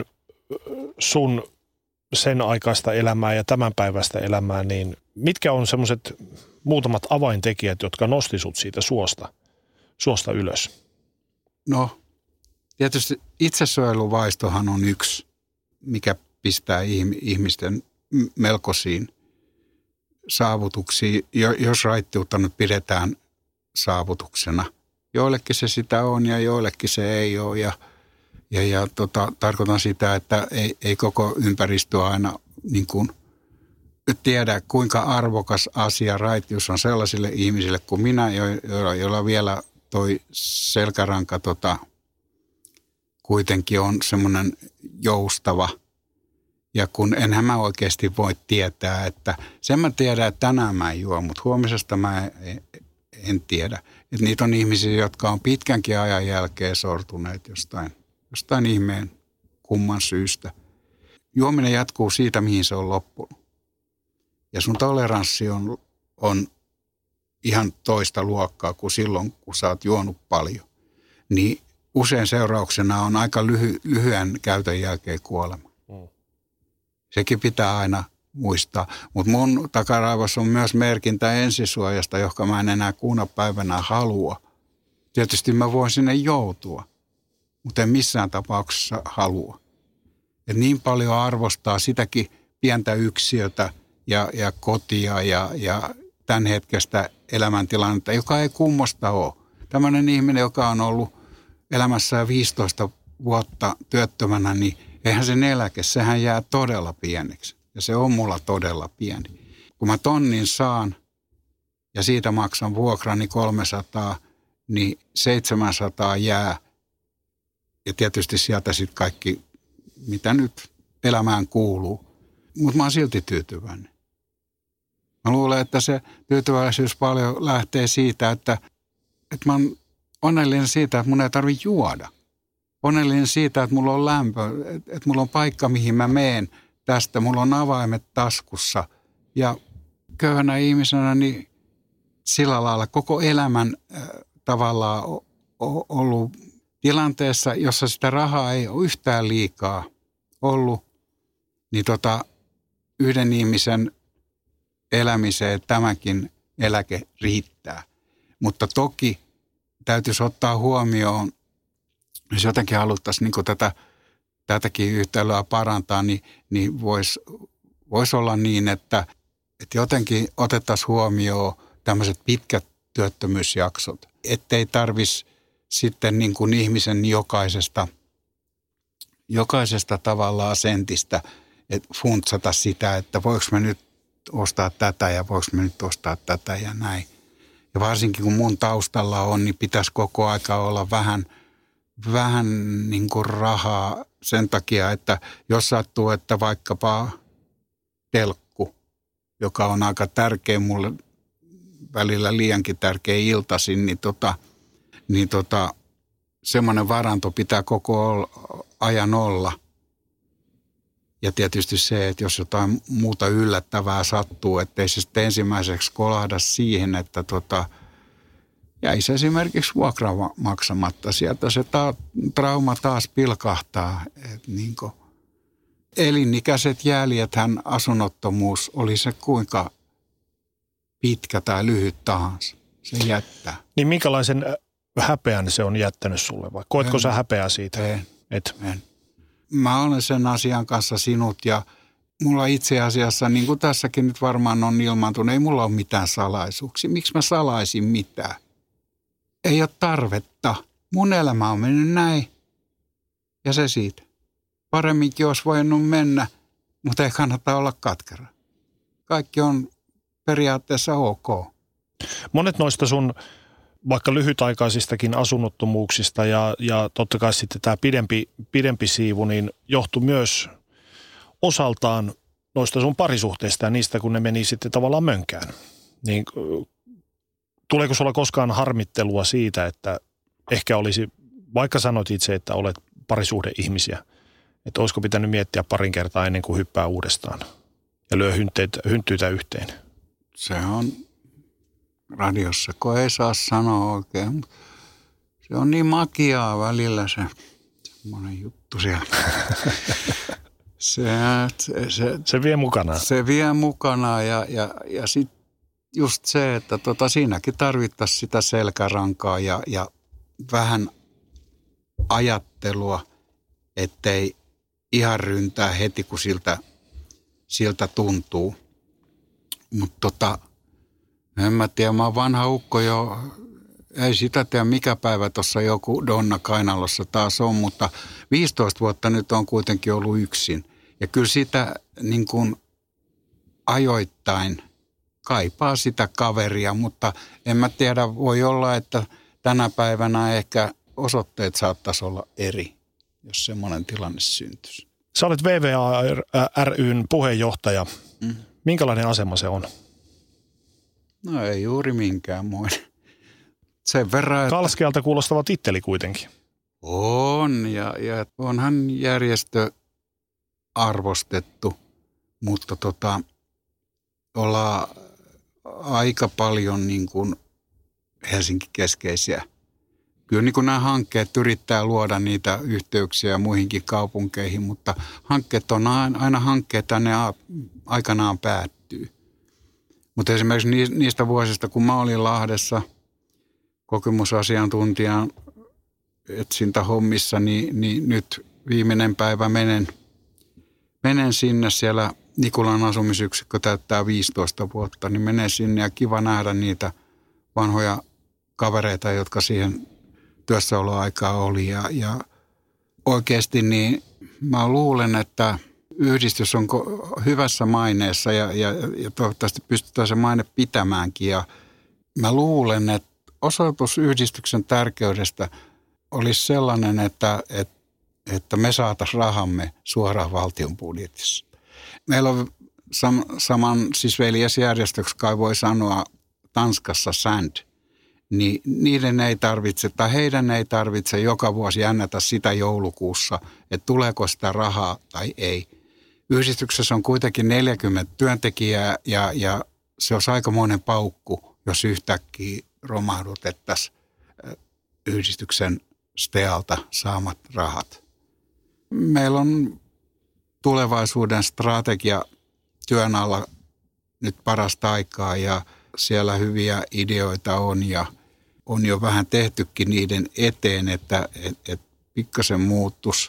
sun sen aikaista elämää ja tämän päivästä elämää, niin mitkä on semmoiset muutamat avaintekijät, jotka nosti sut siitä suosta, suosta ylös? No, tietysti itsesuojeluvaistohan on yksi, mikä pistää ihmisten melkoisiin saavutuksiin, jos raittiutta nyt pidetään saavutuksena. Joillekin se sitä on ja joillekin se ei ole. Ja, ja, ja tota, tarkoitan sitä, että ei, ei koko ympäristö aina niin kuin tiedä, kuinka arvokas asia raittius on sellaisille ihmisille kuin minä, joilla, joilla vielä toi selkäranka tota, kuitenkin on semmoinen joustava. Ja kun enhän mä oikeasti voi tietää, että sen mä tiedän, että tänään mä en juo, mutta huomisesta mä en, en tiedä. Että niitä on ihmisiä, jotka on pitkänkin ajan jälkeen sortuneet jostain, jostain ihmeen kumman syystä. Juominen jatkuu siitä, mihin se on loppunut. Ja sun toleranssi on, on ihan toista luokkaa kuin silloin, kun sä oot juonut paljon. Niin usein seurauksena on aika lyhy, lyhyen käytön jälkeen kuolema. Mm. Sekin pitää aina muistaa. Mutta mun takaraivossa on myös merkintä ensisuojasta, johon mä en enää kuuna päivänä halua. Tietysti mä voin sinne joutua, mutta en missään tapauksessa halua. Et niin paljon arvostaa sitäkin pientä yksiötä ja, ja kotia ja, ja tämän hetkestä elämäntilannetta, joka ei kummosta ole. Tämmöinen ihminen, joka on ollut elämässään viisitoista vuotta työttömänä, niin eihän sen eläke, sehän jää todella pieneksi. Ja se on mulla todella pieni. Kun mä tonnin saan ja siitä maksan vuokrani kolmesataa, niin seitsemänsataa jää. Ja tietysti sieltä sitten kaikki, mitä nyt elämään kuuluu. Mutta mä oon silti tyytyväinen. Mä luulen, että se tyytyväisyys paljon lähtee siitä, että, että mä oon onnellinen siitä, että mun ei tarvitse juoda. Onnellinen siitä, että mulla on lämpö, että mulla on paikka, mihin mä meen tästä. Mulla on avaimet taskussa. Ja köyhänä ihmisenä niin sillä lailla koko elämän äh, tavallaan ollut tilanteessa, jossa sitä rahaa ei ole yhtään liikaa ollut, niin tota, yhden ihmisen elämiseen tämäkin eläke riittää. Mutta toki täytyisi ottaa huomioon, jos jotenkin haluttaisiin niin tätä, tätäkin yhtälöä parantaa, niin, niin voisi vois olla niin, että, että jotenkin otettaisiin huomioon tämmöiset pitkät työttömyysjaksot. Ettei tarvitsisi sitten niin kuin ihmisen jokaisesta, jokaisesta tavallaan sentistä et funtsata sitä, että voiko mä nyt ostaa tätä ja voiko mä nyt ostaa tätä ja näin. Ja varsinkin kun mun taustalla on, niin pitäisi koko aika olla vähän, vähän niin kuin rahaa sen takia, että jos sattuu, että vaikkapa telkku, joka on aika tärkeä mulle, välillä liiankin tärkeä iltaisin, niin, tota, niin tota, semmoinen varanto pitää koko ajan olla. Ja tietysti se, että jos jotain muuta yllättävää sattuu, ettei se sitten ensimmäiseksi kolahda siihen, että tota, jäisi esimerkiksi vuokra maksamatta. Sieltä se ta- trauma taas pilkahtaa. Et niin kuin elinikäiset jäljethän asunnottomuus oli se kuinka pitkä tai lyhyt tahansa. Se jättää. Niin minkälaisen häpeän se on jättänyt sulle vai? Koetko en, sä häpeää siitä? En, Et. en. Mä olen sen asian kanssa sinut ja mulla itse asiassa, niin kuin tässäkin nyt varmaan on ilmaantunut, ei mulla ole mitään salaisuuksia. Miksi mä salaisin mitään? Ei ole tarvetta. Mun elämä on mennyt näin ja se siitä. Paremminkin olisi voinut mennä, mutta ei kannata olla katkera. Kaikki on periaatteessa ok. Monet noista sun vaikka lyhytaikaisistakin asunnottomuuksista ja, ja totta kai sitten tämä pidempi, pidempi siivu, niin johtui myös osaltaan noista sun parisuhteista ja niistä, kun ne meni sitten tavallaan mönkään. Niin tuleeko sulla koskaan harmittelua siitä, että ehkä olisi, vaikka sanoit itse, että olet parisuhdeihmisiä, että olisiko pitänyt miettiä parin kertaa ennen kuin hyppää uudestaan ja lyö hynttyytä yhteen? Se on radiossa, kun ei saa sanoa oikein. Se on niin makiaa välillä se semmoinen juttu siellä. se, se, se, se vie mukanaan. Se vie mukanaan ja, ja, ja sitten just se, että tota, siinäkin tarvittaisiin sitä selkärankaa ja, ja vähän ajattelua, ettei ihan ryntää heti, kun siltä, siltä tuntuu. Mutta tota, en mä tiedä, mä oon vanha ukko jo, ei sitä tiedä mikä päivä tuossa joku Donna kainalossa taas on, mutta viisitoista vuotta nyt on kuitenkin ollut yksin. Ja kyllä sitä niin kuin ajoittain kaipaa sitä kaveria, mutta en mä tiedä, voi olla, että tänä päivänä ehkä osoitteet saattaisi olla eri, jos semmoinen tilanne syntyisi. Sä olet V V A ry:n puheenjohtaja. Mm. Minkälainen asema se on? No ei juuri minkäänmoinen. Sen verran, että Kalskealta kuulostava titteli kuitenkin. On, ja, ja onhan järjestö arvostettu, mutta tota, ollaan aika paljon niin kuin Helsinki-keskeisiä. Kyllä niin kuin nämä hankkeet yrittää luoda niitä yhteyksiä muihinkin kaupunkeihin, mutta hankkeet on aina hankkeita ja ne aikanaan päättyy. Mutta esimerkiksi niistä vuosista, kun mä olin Lahdessa kokemusasiantuntijan etsintähommissa, niin, niin nyt viimeinen päivä menen, menen sinne. Siellä Nikulan asumisyksikkö täyttää viisitoista vuotta, niin menen sinne ja kiva nähdä niitä vanhoja kavereita, jotka siihen työssäoloaikaa oli. Ja, ja oikeasti niin mä luulen, että yhdistys on hyvässä maineessa ja, ja, ja toivottavasti pystytään se maine pitämäänkin. Ja mä luulen, että osoitus yhdistyksen tärkeydestä olisi sellainen, että, että, että me saataisiin rahamme suoraan valtion budjetissa. Meillä on sam, saman, siis veljesjärjestöksi kai voi sanoa Tanskassa S A N D, niin niiden ei tarvitse, tai heidän ei tarvitse joka vuosi jännätä sitä joulukuussa, että tuleeko sitä rahaa tai ei. Yhdistyksessä on kuitenkin neljäkymmentä työntekijää ja, ja se olisi aikamoinen paukku, jos yhtäkkiä romahdutettaisiin yhdistyksen Stealta saamat rahat. Meillä on tulevaisuuden strategia työn alla nyt parasta aikaa ja siellä hyviä ideoita on ja on jo vähän tehtykin niiden eteen, että et, et pikkasen muuttus.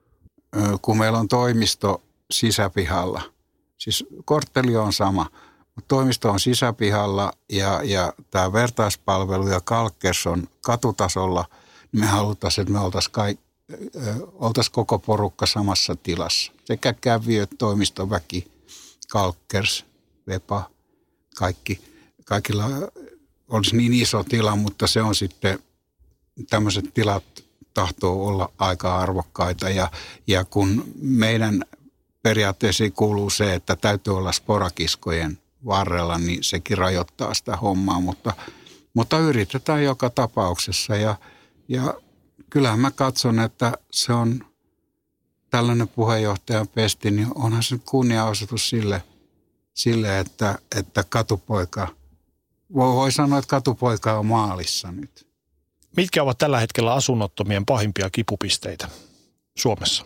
Kun meillä on toimisto sisäpihalla, siis kortteli on sama, Toimisto on sisäpihalla ja, ja tämä vertaispalvelu ja Kalkkers on katutasolla. Niin me haluttaisiin, että me oltaisiin, kaik, oltaisiin koko porukka samassa tilassa. Sekä kävijöt, toimistoväki, Kalkkers, Vepa, kaikki. Kaikilla olisi niin iso tila, mutta se on sitten, tämmöiset tilat tahtoo olla aika arvokkaita. Ja, ja kun meidän periaatteessa kuuluu se, että täytyy olla sporakiskojen varrella, niin sekin rajoittaa sitä hommaa, mutta, mutta yritetään joka tapauksessa. Ja, ja kyllähän mä katson, että se on tällainen puheenjohtajan pesti, niin onhan se kunniaosoitus sille, sille että, että katupoika, voi sanoa, että katupoika on maalissa nyt. Mitkä ovat tällä hetkellä asunnottomien pahimpia kipupisteitä Suomessa?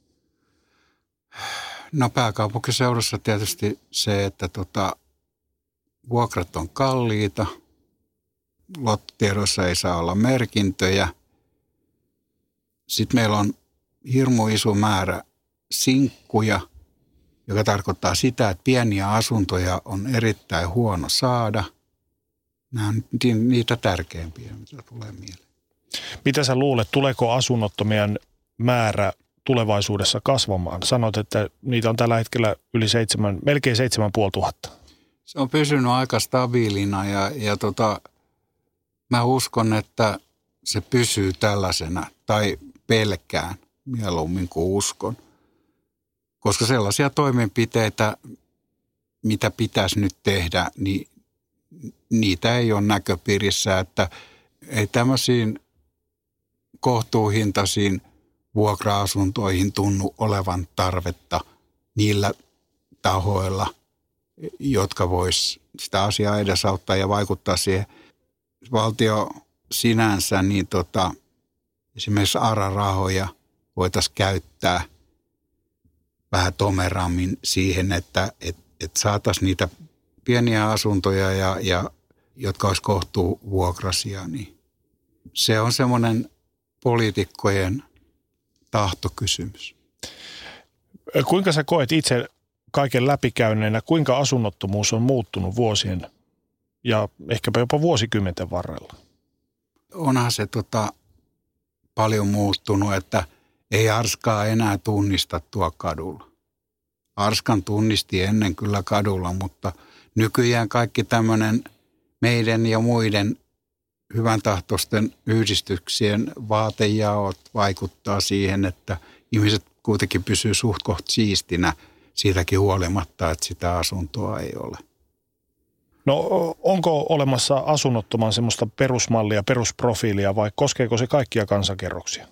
No pääkaupunkiseudussa tietysti se, että tota, vuokrat on kalliita, luottotiedoissa ei saa olla merkintöjä. Sitten meillä on hirmu iso määrä sinkkuja, joka tarkoittaa sitä, että pieniä asuntoja on erittäin huono saada. Nämä on niitä tärkeimpiä, mitä tulee mieleen. Mitä sä luulet, tuleeko asunnottomien määrä tulevaisuudessa kasvamaan? Sanoit, että niitä on tällä hetkellä yli seitsemän, melkein seitsemän puoli tuhatta. Se on pysynyt aika stabiilina ja, ja tota, mä uskon, että se pysyy tällaisena tai pelkään mieluummin kuin uskon. Koska sellaisia toimenpiteitä, mitä pitäisi nyt tehdä, niin niitä ei ole näköpiirissä, että ei tämmöisiin kohtuuhintaisiin vuokra-asuntoihin tunnu olevan tarvetta niillä tahoilla, jotka vois sitä asiaa edesauttaa ja vaikuttaa siihen. Valtio sinänsä, niin tota, esimerkiksi A R A-rahoja voitaisiin käyttää vähän tomerammin siihen, että et, et saataisiin niitä pieniä asuntoja, ja, ja, jotka olisi kohtuu vuokrasia. Niin se on semmoinen poliitikkojen tahtokysymys. Kuinka sä koet itse kaiken läpikäyneenä, kuinka asunnottomuus on muuttunut vuosien ja ehkäpä jopa vuosikymmenten varrella? Onhan se tota, paljon muuttunut, että ei Arskaa enää tunnista tuo kadulla. Arskan tunnisti ennen kyllä kadulla, mutta nykyään kaikki tämmöinen meidän ja muiden hyvän tahtoisten yhdistyksien vaatejaot vaikuttaa siihen, että ihmiset kuitenkin pysyy suht koht siistinä siitäkin huolimatta, että sitä asuntoa ei ole. No onko olemassa asunnottoman semmoista perusmallia, perusprofiilia vai koskeeko se kaikkia kansankerroksia?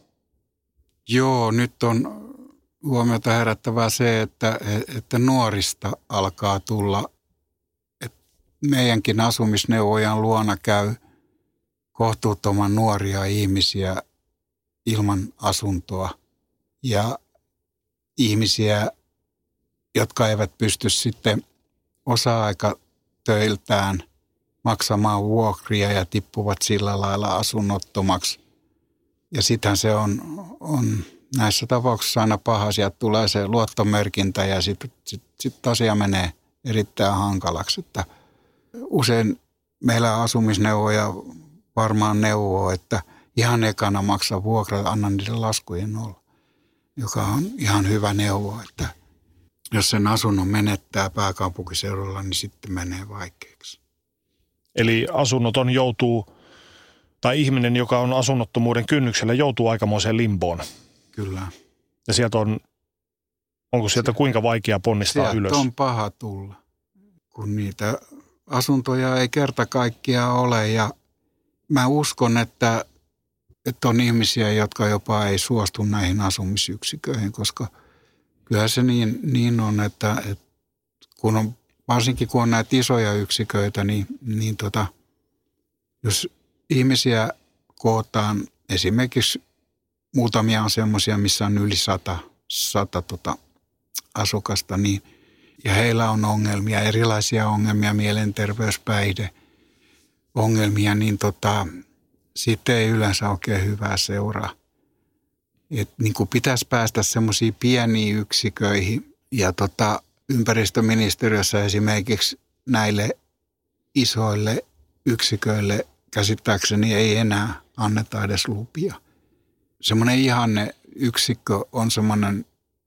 Joo, nyt on huomiota herättävää se, että, että nuorista alkaa tulla, että meidänkin asumisneuvojan luona käy kohtuuttoman nuoria ihmisiä ilman asuntoa ja ihmisiä, jotka eivät pysty sitten osa-aikatöiltään maksamaan vuokria ja tippuvat sillä lailla asunnottomaksi. Ja sitähän se on, on näissä tapauksissa aina paha. Sieltä tulee se luottomerkintä ja sitten sit, sit asia menee erittäin hankalaksi. Että usein meillä asumisneuvoja varmaan neuvoo, että ihan ekana maksa vuokra, anna niiden laskujen olla. Joka on ihan hyvä neuvo, että jos sen asunnon menettää pääkaupunkiseudulla, niin sitten menee vaikeaksi. Eli asunnoton joutuu, tai ihminen, joka on asunnottomuuden kynnyksellä, joutuu aikamoiseen limboon. Kyllä. Ja sieltä on, onko sieltä Se, vaikea ponnistaa sieltä ylös? Sieltä on paha tulla, kun niitä asuntoja ei kerta kaikkiaan ole. Ja mä uskon, että, että on ihmisiä, jotka jopa ei suostu näihin asumisyksiköihin, koska kyllä se niin, niin on, että, että kun on, varsinkin kun on näitä isoja yksiköitä, niin, niin tota, jos ihmisiä kootaan, esimerkiksi muutamia on semmoisia, missä on yli sata, sata tota, asukasta, niin, ja heillä on ongelmia, erilaisia ongelmia, mielenterveyspäihde, ongelmia, niin tota, sitten ei yleensä oikein hyvää seuraa. Et niin kuin pitäisi päästä semmoisiin pieniin yksiköihin, ja tota, ympäristöministeriössä esimerkiksi näille isoille yksiköille käsittääkseni ei enää anneta edes lupia. Semmoinen ihanne yksikkö on semmoinen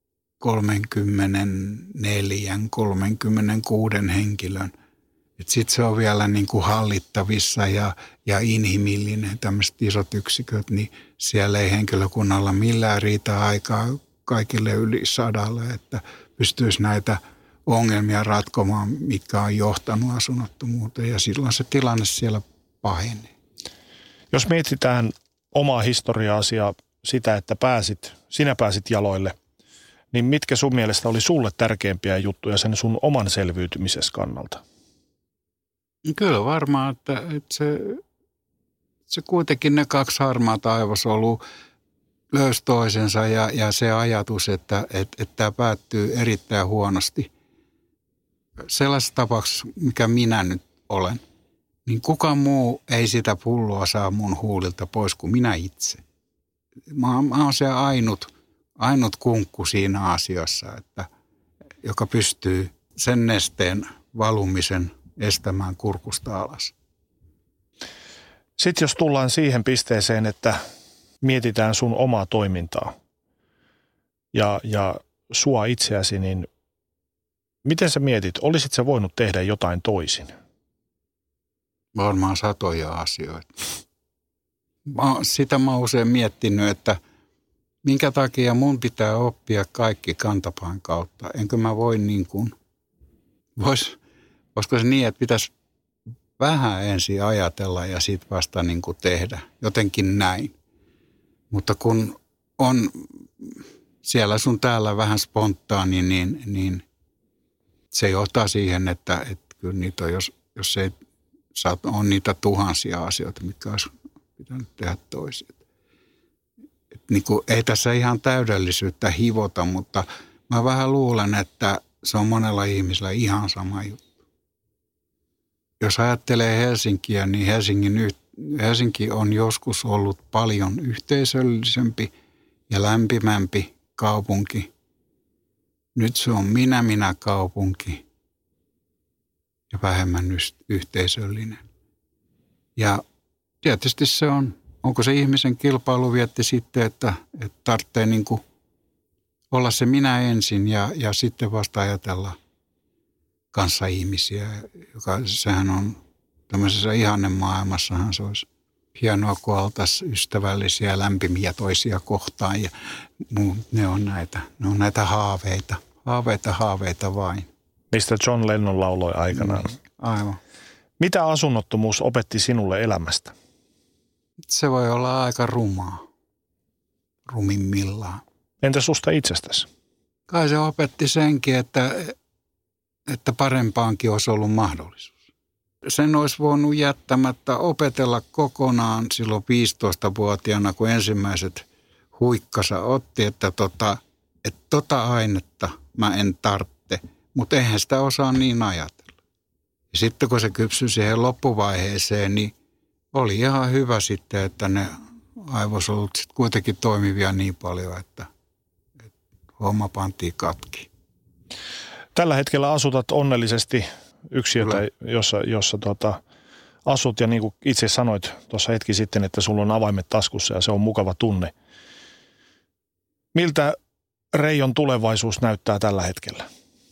kolmekymmentäneljä kolmekymmentäkuusi henkilön. Sitten se on vielä niin kuin hallittavissa ja, ja inhimillinen, tämmöiset isot yksiköt, niin siellä ei henkilökunnalla millään riitä aikaa kaikille yli sadalle, että pystyisi näitä ongelmia ratkomaan, mitkä on johtanut asunnottomuuteen, ja silloin se tilanne siellä pahenee. Jos mietitään omaa historiaasi ja sitä, että pääsit, sinä pääsit jaloille, niin mitkä sun mielestä oli sulle tärkeimpiä juttuja sen sun oman selviytymisessä kannalta? Kyllä varmaan, että, että se, se kuitenkin ne kaksi harmaata aivosolua löysi toisensa ja, ja se ajatus, että, että, että tämä päättyy erittäin huonosti. Sellaisessa tapauksessa, mikä minä nyt olen, niin kukaan muu ei sitä pulloa saa mun huulilta pois kuin minä itse. Mä, mä oon se ainut, ainut kunkku siinä asiassa, että, joka pystyy sen nesteen valumisen estämään kurkusta alas. Sitten jos tullaan siihen pisteeseen, että mietitään sun omaa toimintaa ja, ja sua itseäsi, niin miten sä mietit, olisit sä voinut tehdä jotain toisin? Varmaan satoja asioita. Mä, sitä mä oon usein miettinyt, että minkä takia mun pitää oppia kaikki kantapään kautta. Enkö mä voi niin kuin, vois, olisiko se niin, että pitäisi vähän ensin ajatella ja sitten vasta niin kuin tehdä. Jotenkin näin. Mutta kun on siellä sun täällä vähän spontaani, niin, niin se johtaa siihen, että, että kyllä niitä on, jos, jos ei on niitä tuhansia asioita, mitkä olisi pitänyt tehdä toisin. Et niin kuin, ei tässä ihan täydellisyyttä hivota, mutta mä vähän luulen, että se on monella ihmisellä ihan sama juttu. Jos ajattelee Helsinkiä, niin Helsingin, Helsinki on joskus ollut paljon yhteisöllisempi ja lämpimämpi kaupunki. Nyt se on minä-minä kaupunki ja vähemmän yhteisöllinen. Ja tietysti se on, onko se ihmisen kilpailuvietti sitten, että, että tarvitsee niin kuin olla se minä ensin ja, ja sitten vasta ajatella kanssa ihmisiä, joka sehän on tämmöisessä ihannemaailmassahan se olisi hienoa, kun oltaisiin ystävällisiä ja lämpimiä toisia kohtaan ja ne on näitä, ne on näitä haaveita, haaveita, haaveita vain. Mistä John Lennon lauloi aikanaan. Mm, aivan. Mitä asunnottomuus opetti sinulle elämästä? Se voi olla aika rumaa, rumimmillaan. Entä susta itsestäsi? Kai se opetti senkin, että, että parempaankin olisi ollut mahdollisuus. Sen olisi voinut jättämättä opetella kokonaan silloin viisitoistavuotiaana, kun ensimmäiset huikkansa otti, että tota, että tota ainetta mä en tarvitse, mutta eihän sitä osaa niin ajatella. Ja sitten kun se kypsyi siihen loppuvaiheeseen, niin oli ihan hyvä sitten, että ne aivosolut sitten kuitenkin toimivia niin paljon, että, että homma pantiin katki. Tällä hetkellä asutat onnellisesti yksiötä, jossa, jossa tuota, asut ja niin kuin itse sanoit tuossa hetki sitten, että sulla on avaimet taskussa ja se on mukava tunne. Miltä Reijon tulevaisuus näyttää tällä hetkellä?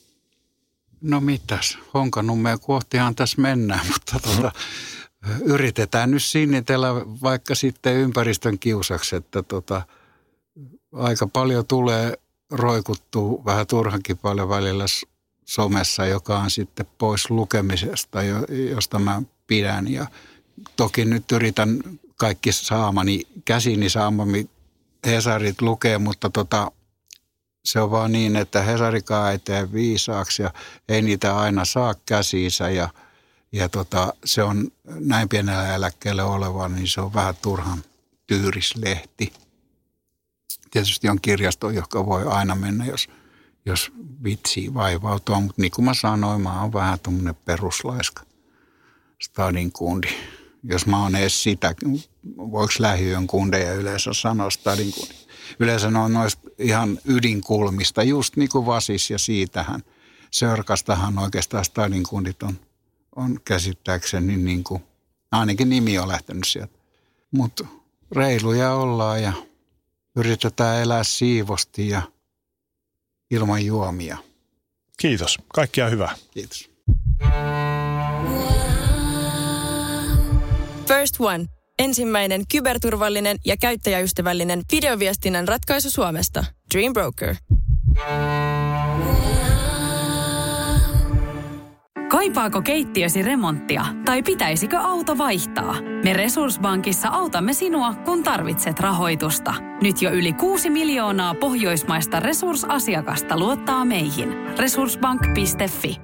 No mitäs, Honkanummea kohtihan tässä mennään, mutta tuota, yritetään nyt sinnitellä vaikka sitten ympäristön kiusaksi, että tota, aika paljon tulee roikuttua vähän turhankin paljon välillä somessa, joka on sitten pois lukemisesta, josta mä pidän. Ja toki nyt yritän kaikki saamani, käsini saamani Hesarit lukea, mutta tota, se on vaan niin, että Hesarikaan ei tee viisaaksi ja ei niitä aina saa käsiinsä. Ja, ja tota, se on näin pienellä eläkkeellä oleva, niin se on vähän turhan tyyrislehti. Tietysti on kirjasto, joka voi aina mennä, jos, jos vitsii vaivautua, mutta niin kuin mä sanoin, mä oon vähän tuommoinen peruslaiska stadin kundi. Jos mä oon edes sitä, voiko lähiön kundeja yleensä sanoa stadin kundi? Yleensä ne on noista ihan ydinkulmista, just niin kuin Vasis ja siitähän. Sörkastahan oikeastaan stadin kundit on on käsittääkseni niin kuin, ainakin nimi on lähtenyt sieltä. Mutta reiluja ollaan ja yritetään elää siivosti ja ilman juomia. Kiitos. Kaikkia hyvää. Kiitos. First One. Ensimmäinen kyberturvallinen ja käyttäjäystävällinen videoviestinnän ratkaisu Suomesta. Dream Broker. Kaipaako keittiösi remonttia tai pitäisikö auto vaihtaa? Me Resurssbankissa autamme sinua, kun tarvitset rahoitusta. Nyt jo yli kuusi miljoonaa pohjoismaista resursasiakasta luottaa meihin. resurssbank piste fi